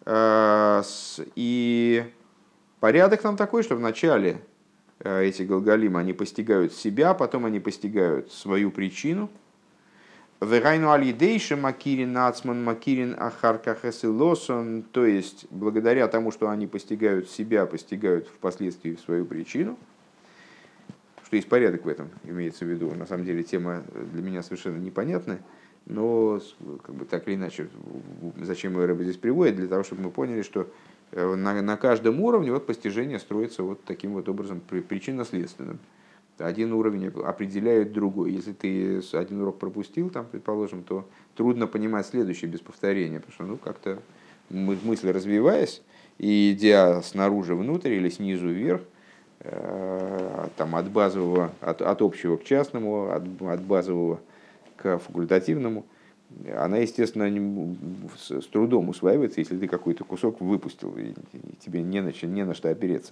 И порядок там такой, что вначале эти галгалим, они постигают себя, потом они постигают свою причину. Вегайну алидейша макирин нацман макирин ахарках эсилосон, то есть благодаря тому, что они постигают себя, постигают впоследствии свою причину, что есть порядок в этом, имеется в виду. На самом деле тема для меня совершенно непонятная, но как бы, так или иначе, зачем ее Рэбе здесь приводит? Для того, чтобы мы поняли, что на, на каждом уровне вот постижение строится вот таким вот образом причинно-следственным. Один уровень определяет другой. Если ты один урок пропустил, там, предположим, то трудно понимать следующий без повторения, потому что ну, как-то мысль развиваясь, и идя снаружи внутрь или снизу вверх, там, от базового, от, от общего к частному, от, от базового к факультативному, она, естественно, не, с, с трудом усваивается, если ты какой-то кусок выпустил, и, и тебе не на, не на что опереться.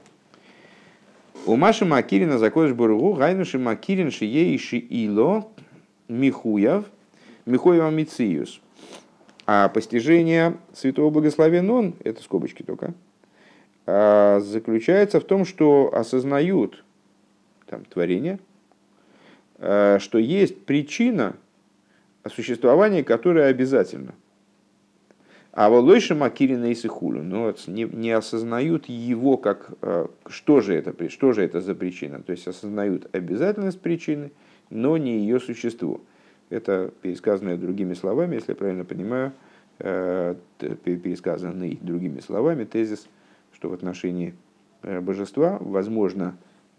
У Маши Макирина закодыш бургу, гайнуши Макирин шиеиши ило михуяв, михуяв мициюс. А постижение святого благословения он, это скобочки только, заключается в том, что осознают там, творение, что есть причина существования, которая обязательна. А волойша макирина и сихулю, но не, не осознают его как, что же, это, что же это за причина. То есть осознают обязательность причины, но не ее существо. Это пересказанное другими словами, если я правильно понимаю, пересказанный другими словами тезис, что в отношении божества возможно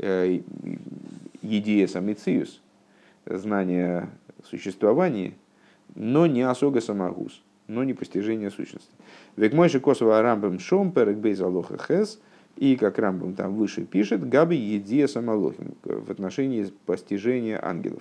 идея самициус, знание существования, но не осога самогус, но не постижение сущности. Век мойши косово рамбам шом перек бейз алоха хэс, и как Рамбам там выше пишет, габи едия самолохим в отношении постижения ангелов.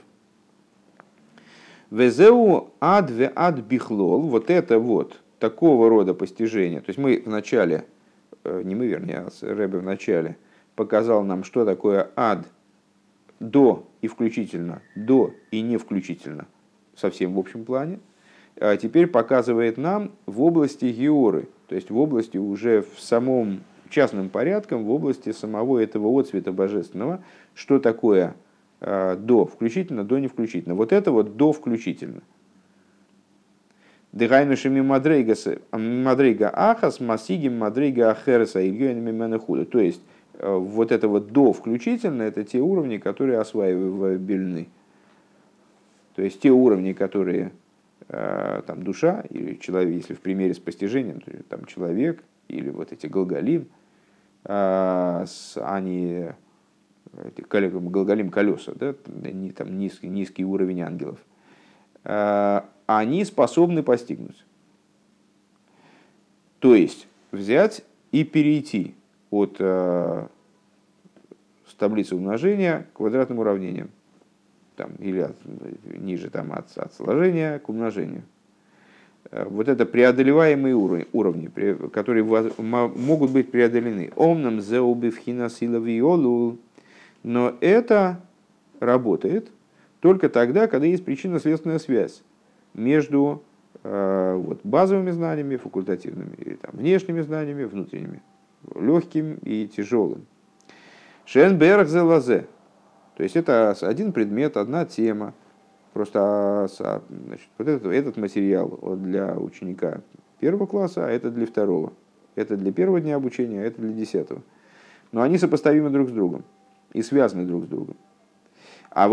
Везеу ад ве ад бихлол, вот это вот такого рода постижение. То есть мы в начале, не мы, вернее, а Ребе в начале показал нам, что такое ад до и включительно, до и не включительно, совсем в общем плане. А теперь показывает нам в области георы, то есть в области уже в самом частным порядком, в области самого этого отцвета божественного, что такое э, до включительно, до не включительно. Вот это вот до включительно. Дыгайнушами мадрейга ахас масигим мадрейга ахереса ильёйнами менехуда. То есть э, вот это вот до включительно, это те уровни, которые осваивают бельны. То есть те уровни, которые там, душа, или человек, если в примере с постижением, то, там, человек, или вот эти галгалим, они, галгалим колеса, да, там, низкий, низкий уровень ангелов, они способны постигнуть. То есть взять и перейти от с таблицы умножения к квадратным уравнениям. Там, или от, ниже там, от, от сложения к умножению. Вот это преодолеваемые уровни, уровни которые воз, могут быть преодолены. Омнам зеубивхина силавиолу. Но это работает только тогда, когда есть причинно-следственная связь между э, вот, базовыми знаниями, факультативными, или там, внешними знаниями, внутренними, легким и тяжелым. Шенберг зелазе. То есть это один предмет, одна тема. Просто значит, вот этот, этот материал для ученика первого класса, а это для второго. Это для первого дня обучения, а это для десятого. Но они сопоставимы друг с другом и связаны друг с другом. А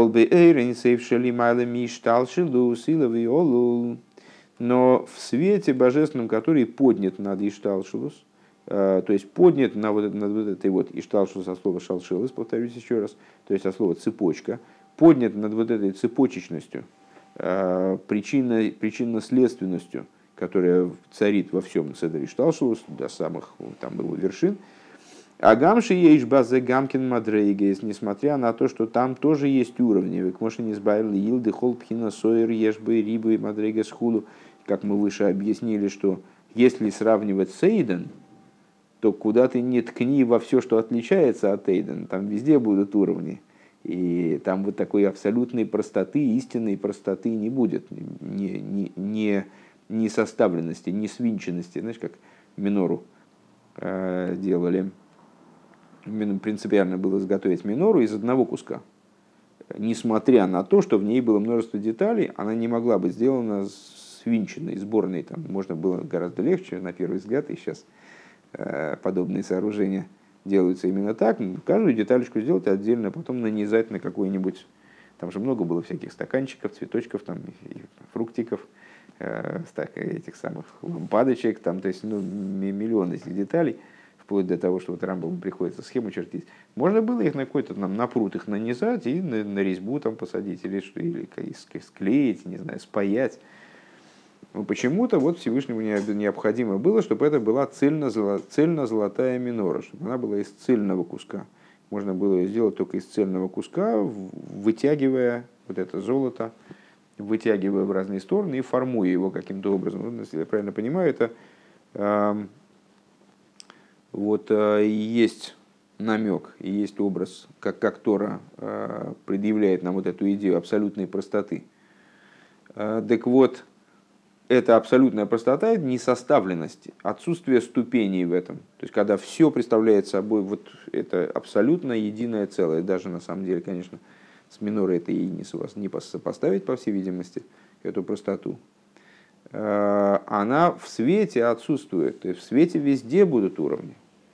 но в свете божественном, который поднят над Ишталшилус, то есть поднят на вот, над вот этой вот Ишталшилус от слова шалшилус, повторюсь еще раз, то есть от слова цепочка, поднят над вот этой цепочечностью, причинно, причинно-следственностью, которая царит во всем Седер Ишталшилус, до самых там, его вершин. А гамши ейш базе гамкин мадрейгес, несмотря на то, что там тоже есть уровни. Век мошен избавил илды холпхина сойер ешбы рибы мадрейгес худу. Как мы выше объяснили, что если сравнивать с Эйден, то куда ты не ткни во все, что отличается от Эйден, там везде будут уровни. И там вот такой абсолютной простоты, истинной простоты не будет. Ни, ни, ни, ни составленности, ни свинченности. Знаешь, как минору э, делали. Принципиально было изготовить минору из одного куска. Несмотря на то, что в ней было множество деталей, она не могла быть сделана свинченной, сборной. Там можно было гораздо легче, на первый взгляд, и сейчас э, подобные сооружения делаются именно так. Каждую деталечку сделать отдельно, а потом нанизать на какой-нибудь... Там же много было всяких стаканчиков, цветочков, там, и фруктиков, э, этих самых лампадочек, там, то есть ну, миллион этих деталей, вплоть до того, что вот Рамбаму приходится схему чертить. Можно было их на какой-то там, на прут их нанизать и на, на резьбу там посадить, или, что, или склеить, не знаю, спаять. Но почему-то вот Всевышнему необходимо было, чтобы это была цельно-золотая минора, чтобы она была из цельного куска. Можно было ее сделать только из цельного куска, вытягивая вот это золото, вытягивая в разные стороны и формуя его каким-то образом. Ну, если я правильно понимаю, это э, вот э, есть намек, и есть образ, как, как Тора э, предъявляет нам вот эту идею абсолютной простоты. Э, так вот, эта абсолютная простота — это несоставленность, отсутствие ступеней в этом. То есть, когда все представляет собой вот это абсолютно единое целое, даже на самом деле, конечно, с минорой это и не сопоставить, по всей видимости, эту простоту, она в свете отсутствует. То есть в свете везде будут уровни.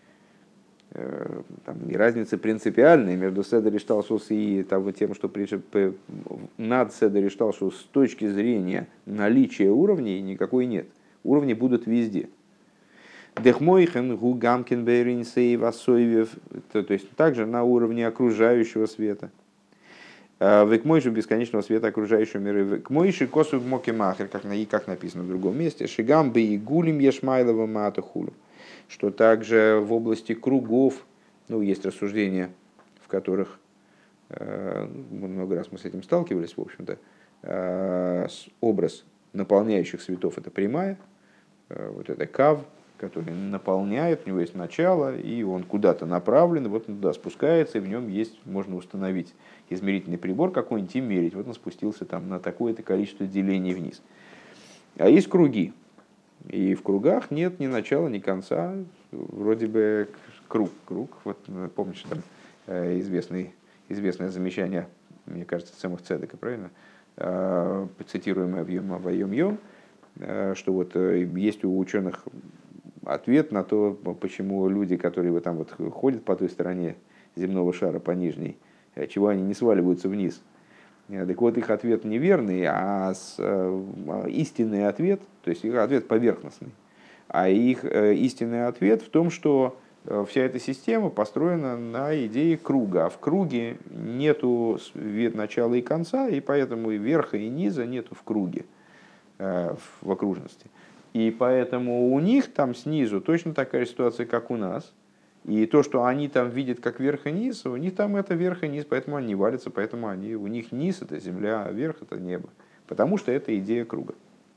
Там и разница принципиальная между Седер и Шталшус и там, тем, что над Седер и Шталшус с точки зрения наличия уровней никакой нет. Уровни будут везде. Дехмойхен, Гугамкин, Бейринсей, Васойвев, то есть также на уровне окружающего света. Векмойши бесконечного света окружающего мира. Векмойши косу мокемахер, как, как написано в другом месте. Шигам бы и гулим ешмайлова матахулу. Что также в области кругов, ну, есть рассуждения, в которых э, много раз мы с этим сталкивались, в общем-то, э, образ наполняющих светов — это прямая, э, вот это кав, который наполняет, у него есть начало, и он куда-то направлен, вот он туда спускается, и в нем есть, можно установить измерительный прибор какой-нибудь и мерить. Вот он спустился там на такое-то количество делений вниз. А есть круги. И в кругах нет ни начала, ни конца. Вроде бы круг, круг. Вот помнишь, там известный, известное замечание, мне кажется, Цемах Цедека, правильно? Цитируемое в Йом-Йом, что вот есть у ученых ответ на то, почему люди, которые вот там вот ходят по той стороне земного шара, по нижней, чего они не сваливаются вниз. Так вот, их ответ неверный, а истинный ответ, то есть их ответ поверхностный, а их истинный ответ в том, что вся эта система построена на идее круга, а в круге нету начала и конца, и поэтому и верха, и низа нету в круге, в окружности. И поэтому у них там снизу точно такая ситуация, как у нас. И то, что они там видят как верх и низ, у них там это верх и низ, поэтому они валятся, поэтому они, у них низ — это земля, а верх — это небо. Потому что это идея круга.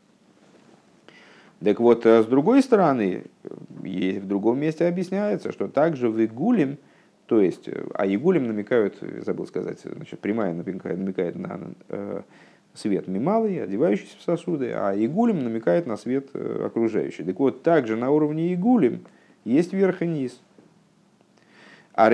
Так вот, с другой стороны, в другом месте объясняется, что также в Игулем, то есть, а Игулем намекают, забыл сказать, значит, прямая намекает, намекает на э, свет мималый, одевающийся в сосуды, а Игулем намекает на свет окружающий. Так вот, также на уровне Игулем есть верх и низ. Но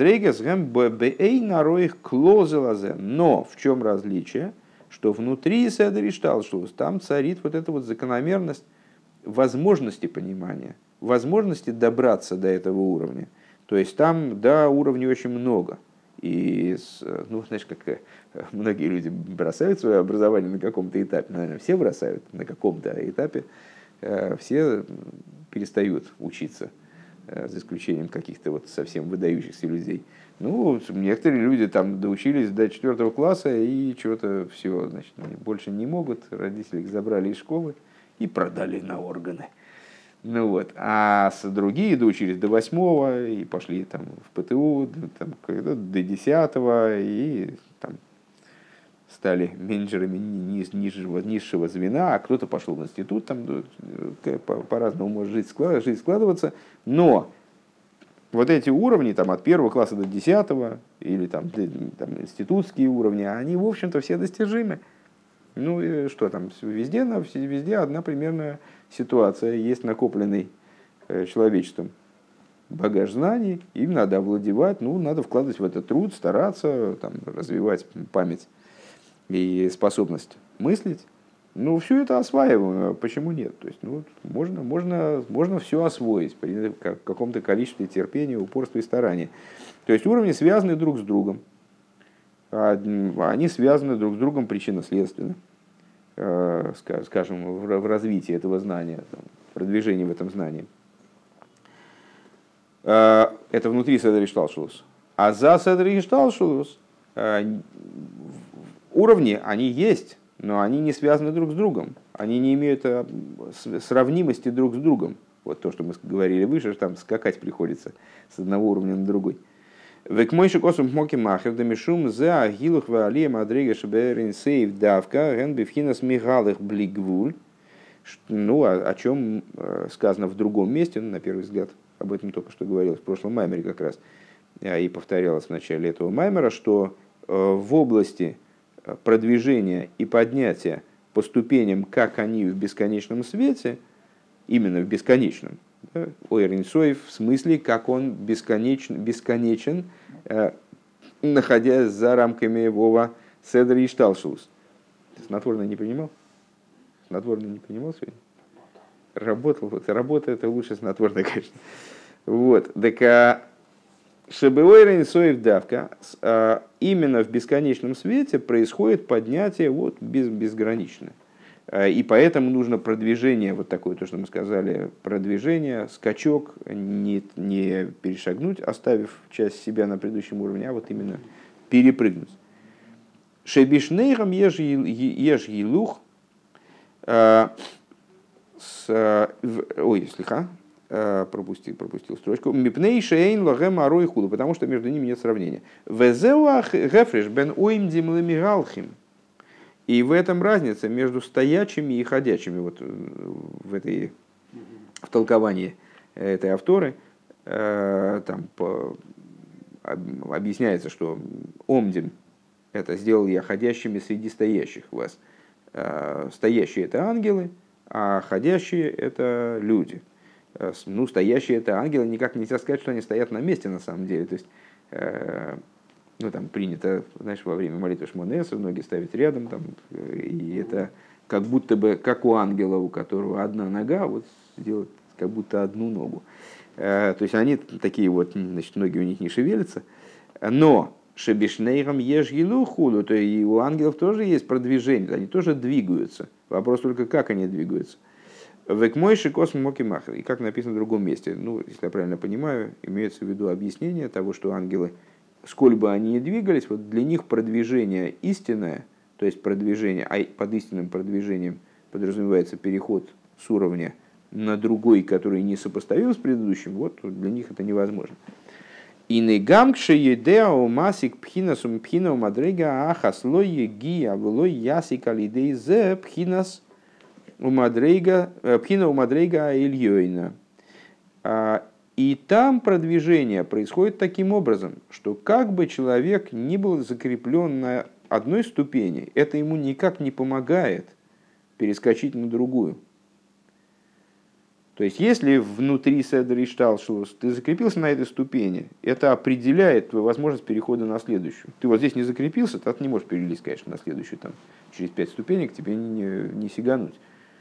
в чем различие? Что внутри Седер и Шталшус там царит вот эта вот закономерность возможности понимания, возможности добраться до этого уровня. То есть там, да, уровней очень много. И, ну, знаешь, как многие люди бросают свое образование на каком-то этапе, наверное, все бросают на каком-то этапе, все перестают учиться, за исключением каких-то вот совсем выдающихся людей. Ну, некоторые люди там доучились до четвертого класса и чего-то все, значит, больше не могут. Родители их забрали из школы и продали на органы. Ну вот. А другие доучились до восьмого и пошли там в ПТУ там, до десятого и там стали менеджерами низ, низшего, низшего звена, а кто-то пошел в институт, там по- по-разному может жизнь, склад, жизнь складываться, но вот эти уровни там, от первого класса до десятого, или там, там институтские уровни, они, в общем-то, все достижимы. Ну и что там, везде, везде одна примерная ситуация, есть накопленный человечеством багаж знаний, им надо овладевать, ну, надо вкладывать в этот труд, стараться там, развивать память и способность мыслить. Ну, все это осваиваемо, почему нет? То есть, ну, можно, можно, можно все освоить при каком-то количестве терпения, упорства и старания. То есть уровни связаны друг с другом. Они связаны друг с другом причинно-следственно, скажем, в развитии этого знания, в продвижении в этом знании. Это внутри Седер и Шталшус. А за Седер и Шталшус уровни, они есть, но они не связаны друг с другом. они не имеют сравнимости друг с другом. Вот то, что мы говорили выше, что там скакать приходится с одного уровня на другой. Век мойши косум моки махер дамишум за агилух ваалия мадрига шаберин сейв давка ген бифхинас мигалых блигвуль. Ну, о, о чем сказано в другом месте, ну, на первый взгляд, об этом только что говорилось в прошлом маймере как раз, и повторялось в начале этого маймера, что в области продвижения и поднятия по ступеням, как они в бесконечном свете, именно в бесконечном, да, Ойринсоев в смысле, как он бесконечен, бесконечен э, находясь за рамками Вова Седри и Шталшус. Снотворное не принимал? Снотворное не принимал сегодня? Работал. Вот, работа это лучше снотворное, конечно. Вот. Так а Шебеойринсоев давка, а, именно в бесконечном свете происходит поднятие вот, без, безграничное. И поэтому нужно продвижение, вот такое, то, что мы сказали, продвижение, скачок, не, не перешагнуть, оставив часть себя на предыдущем уровне, а вот именно перепрыгнуть. Шебишнейрам еш елух, ой, слегка, пропустил, пропустил строчку, мипней шейн лагем арой худу, потому что между ними нет сравнения. Везеуах гефреш бен оимдим лемигалхим. И в этом разница между стоячими и ходячими. Вот в, этой, в толковании этой авторы э, там, по, об, объясняется, что омдим – это сделал я ходящими среди стоящих вас. Э, стоящие – это ангелы, а ходящие – это люди. Э, ну, стоящие – это ангелы, никак нельзя сказать, что они стоят на месте на самом деле. То есть, э, ну, там принято, знаешь, во время молитвы Шмоне Эсрей ноги ставить рядом, там, и это как будто бы, как у ангела, у которого одна нога, вот сделать как будто одну ногу. То есть они такие вот, значит, ноги у них не шевелятся, но шебишнейрам еш елухуду, то и у ангелов тоже есть продвижение, они тоже двигаются. Вопрос только, как они двигаются. Век мойши косм моки махер, и как написано в другом месте, ну, если я правильно понимаю, имеется в виду объяснение того, что ангелы, сколь бы они ни двигались, вот для них продвижение истинное, то есть продвижение, а под истинным продвижением подразумевается переход с уровня на другой, который не сопоставим с предыдущим, вот для них это невозможно. И негамкше едео масик пхинас умпхина умадрега ахас лой еги авлой ясик алидей зе пхинас умадрега пхина умадрега ильёйна. И там продвижение происходит таким образом, что как бы человек ни был закреплен на одной ступени, это ему никак не помогает перескочить на другую. То есть, если внутри Седри Шталшус ты закрепился на этой ступени, это определяет твою возможность перехода на следующую. Ты вот здесь не закрепился, то ты не можешь перелезть, конечно, на следующую, там, через пять ступенек тебе не, не сигануть.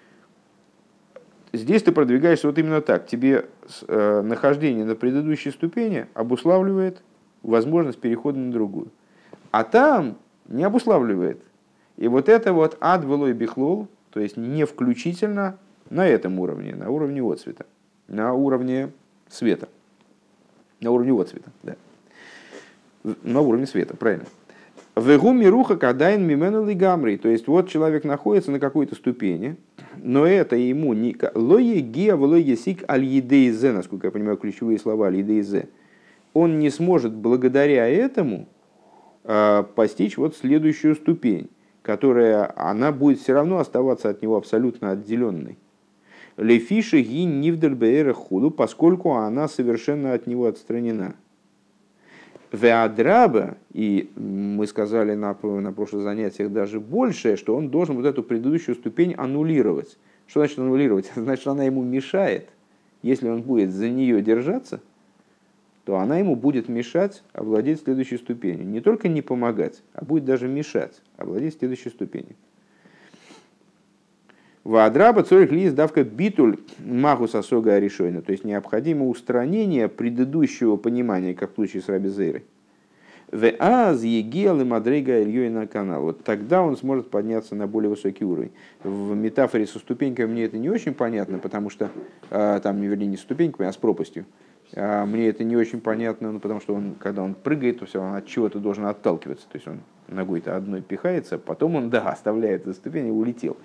Здесь ты продвигаешься вот именно так. Тебе э, нахождение на предыдущей ступени обуславливает возможность перехода на другую. А там не обуславливает. И вот это вот ад велой бихлол, то есть не включительно на этом уровне, на уровне отцвета, на уровне света. На уровне отцвета, да. На уровне света, правильно. Вегу мируха кадайн мимену лигамри. То есть вот человек находится на какой-то ступени, но это ему не... Лое гия влое сик аль едейзе, насколько я понимаю, ключевые слова аль едейзе. Он не сможет благодаря этому э, постичь вот следующую ступень, которая, она будет все равно оставаться от него абсолютно отделенной. Лефиши ги нивдельбеэра худу, поскольку она совершенно от него отстранена. Веадраба, и мы сказали на, на прошлых занятиях даже больше, что он должен вот эту предыдущую ступень аннулировать. Что значит аннулировать? Значит, она ему мешает. Если он будет за нее держаться, то она ему будет мешать овладеть следующей ступенью. Не только не помогать, а будет даже мешать овладеть следующей ступенью. Ваадраба цорих лист давка битуль магус осога решойна. То есть необходимо устранение предыдущего понимания, как в случае с Раби Зейрой. Веаз егел и мадрега ильёйна канал. Вот тогда он сможет подняться на более высокий уровень. В метафоре со ступеньками мне это не очень понятно, потому что там, вернее, не с ступеньками, а с пропастью. Мне это не очень понятно, ну, потому что он, когда он прыгает, то все, он от чего-то должен отталкиваться. То есть он ногой-то одной пихается, потом он, да, оставляет эту ступень и улетел.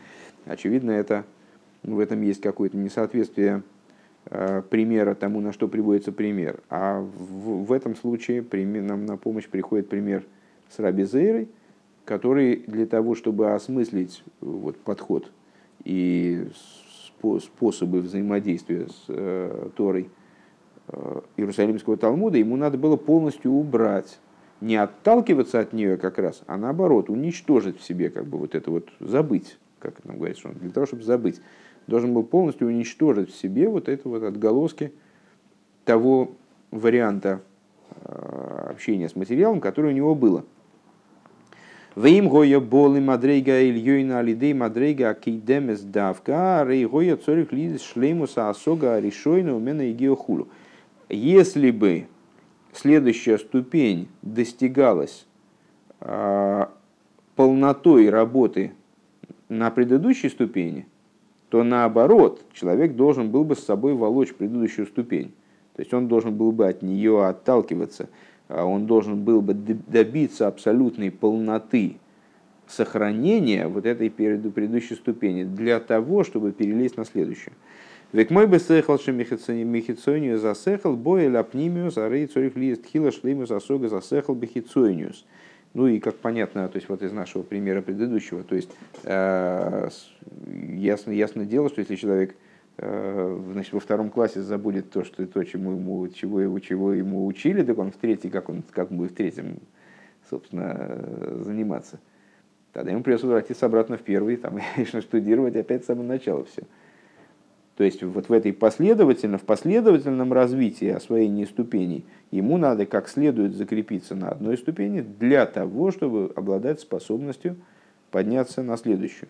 Очевидно, это, в этом есть какое-то несоответствие примера тому, на что приводится пример. А в, в этом случае нам на помощь приходит пример с Раби Зейрой, который для того, чтобы осмыслить вот, подход и способы взаимодействия с э, Торой э, Иерусалимского Талмуда, ему надо было полностью убрать, не отталкиваться от нее как раз, а наоборот, уничтожить в себе, как бы вот это вот, забыть, как нам говорит, что он для того, чтобы забыть, должен был полностью уничтожить в себе вот это вот отголоски того варианта э, общения с материалом, который у него было. Вим гоя боли мадрейга ильёйна алидей мадрейга акидемес давка рей гоя цорих лидис шлеймуса асога решойна умена и геохулу. Если бы следующая ступень достигалась э, полнотой работы на предыдущей ступени, то наоборот, человек должен был бы с собой волочь предыдущую ступень. То есть он должен был бы от нее отталкиваться, он должен был бы добиться абсолютной полноты сохранения вот этой предыдущей ступени для того, чтобы перелезть на следующую. Век мой бы сехал мехицониус засехал боя лапнимиус арей цорих лист хила шлеймус асога засехал бехицониус. Ну и как понятно, то есть вот из нашего примера предыдущего, то есть э, ясно, ясно дело, что если человек э, значит, во втором классе забудет то, что то, чему ему, чего, его, чего ему учили, так он в третий, как он как будет в третьем, собственно, заниматься. Тогда ему придется возвратиться обратно в первый, там, и штудировать опять с самого начала все. То есть вот в этой последовательно, в последовательном развитии освоения ступеней ему надо как следует закрепиться на одной ступени для того, чтобы обладать способностью подняться на следующую.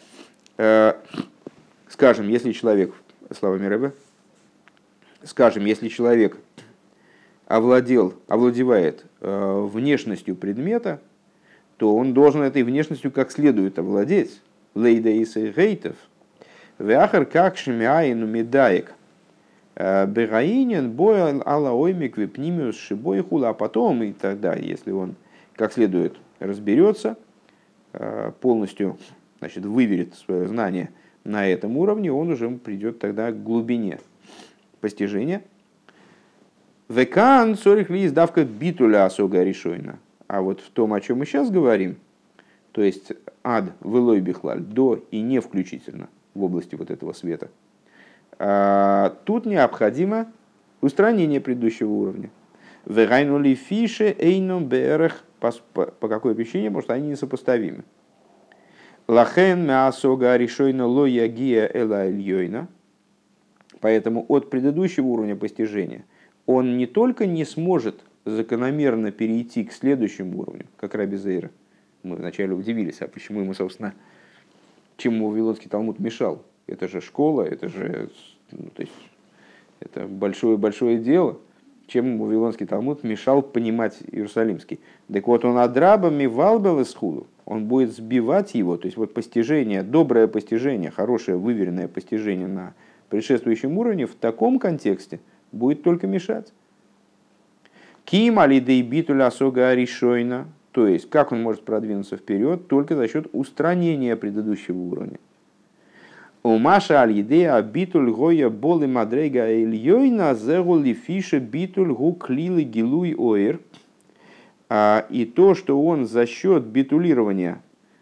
Скажем, если человек, словами Ребе, скажем, если человек овладел, овладевает внешностью предмета, то он должен этой внешностью как следует овладеть. Лейда из гейтов. Вяхар как шмяину медаек бегаинен боя алаоймик випнимиус шибой хула, а потом и тогда, если он как следует разберется, полностью, значит, выверит свое знание на этом уровне, он уже придет тогда к глубине постижения. Векан цорих ли издавка битуля осога решойна. А вот в том, о чем мы сейчас говорим, то есть ад вылой бихлаль, до и не включительно, в области вот этого света, тут необходимо устранение предыдущего уровня. Вегайнули фише эйном берех, по какой причине? Потому что они несопоставимы. Лахен мясога решойна ло ягия эла эльёйна. Поэтому от предыдущего уровня постижения он не только не сможет закономерно перейти к следующему уровню, как Раби Зейра. Мы вначале удивились, а почему ему, собственно, чему Вавилонский Талмуд мешал? Это же школа, это же ну, то есть, это большое-большое дело. Чем Вавилонский Талмуд мешал понимать Иерусалимский? Так вот, он адрабами валбел из худу, он будет сбивать его, то есть вот постижение, доброе постижение, хорошее, выверенное постижение на предшествующем уровне в таком контексте будет только мешать. Ким алидей битуля сога аришойна, то есть как он может продвинуться вперед только за счет устранения предыдущего уровня. У Маша аль-Едея битуль гоя боли мадрейга эльёйна зегули фише битуль гу клилы гилуй оир. И то, что он за счет битулирования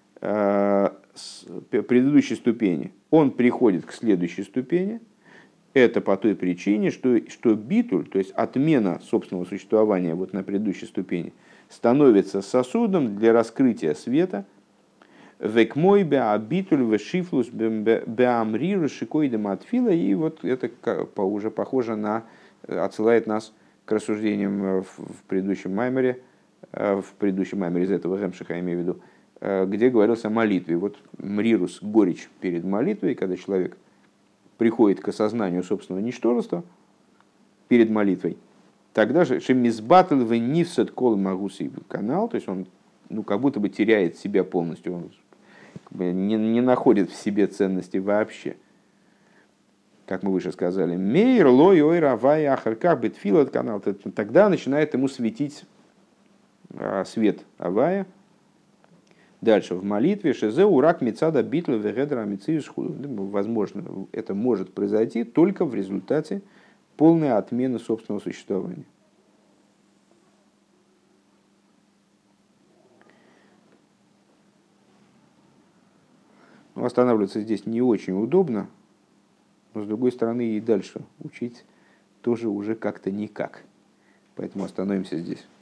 предыдущей ступени, он приходит к следующей ступени, это по той причине, что, что битуль, то есть отмена собственного существования вот на предыдущей ступени, становится сосудом для раскрытия света. Век мой беа битуль вешифлус беамриру шикойдем отфила. И вот это уже похоже на, отсылает нас к рассуждениям в предыдущем маймере, в предыдущем маймере из этого Гемшиха, я имею в виду, где говорилось о молитве. Вот мрирус, горечь перед молитвой, когда человек приходит к осознанию собственного ничтожества перед молитвой, тогда же шемизбатл в нифсет кол магуси канал, то есть он ну, как будто бы теряет себя полностью, он не, не находит в себе ценности вообще. Как мы выше сказали, мейр лой ой равай ахарка бетфилат канал, тогда начинает ему светить свет авая, Дальше, в молитве шизе урак мецада битла вегедра мециш. Возможно, это может произойти только в результате полной отмены собственного существования. Но останавливаться здесь не очень удобно, но с другой стороны и дальше учить тоже уже как-то никак. Поэтому остановимся здесь.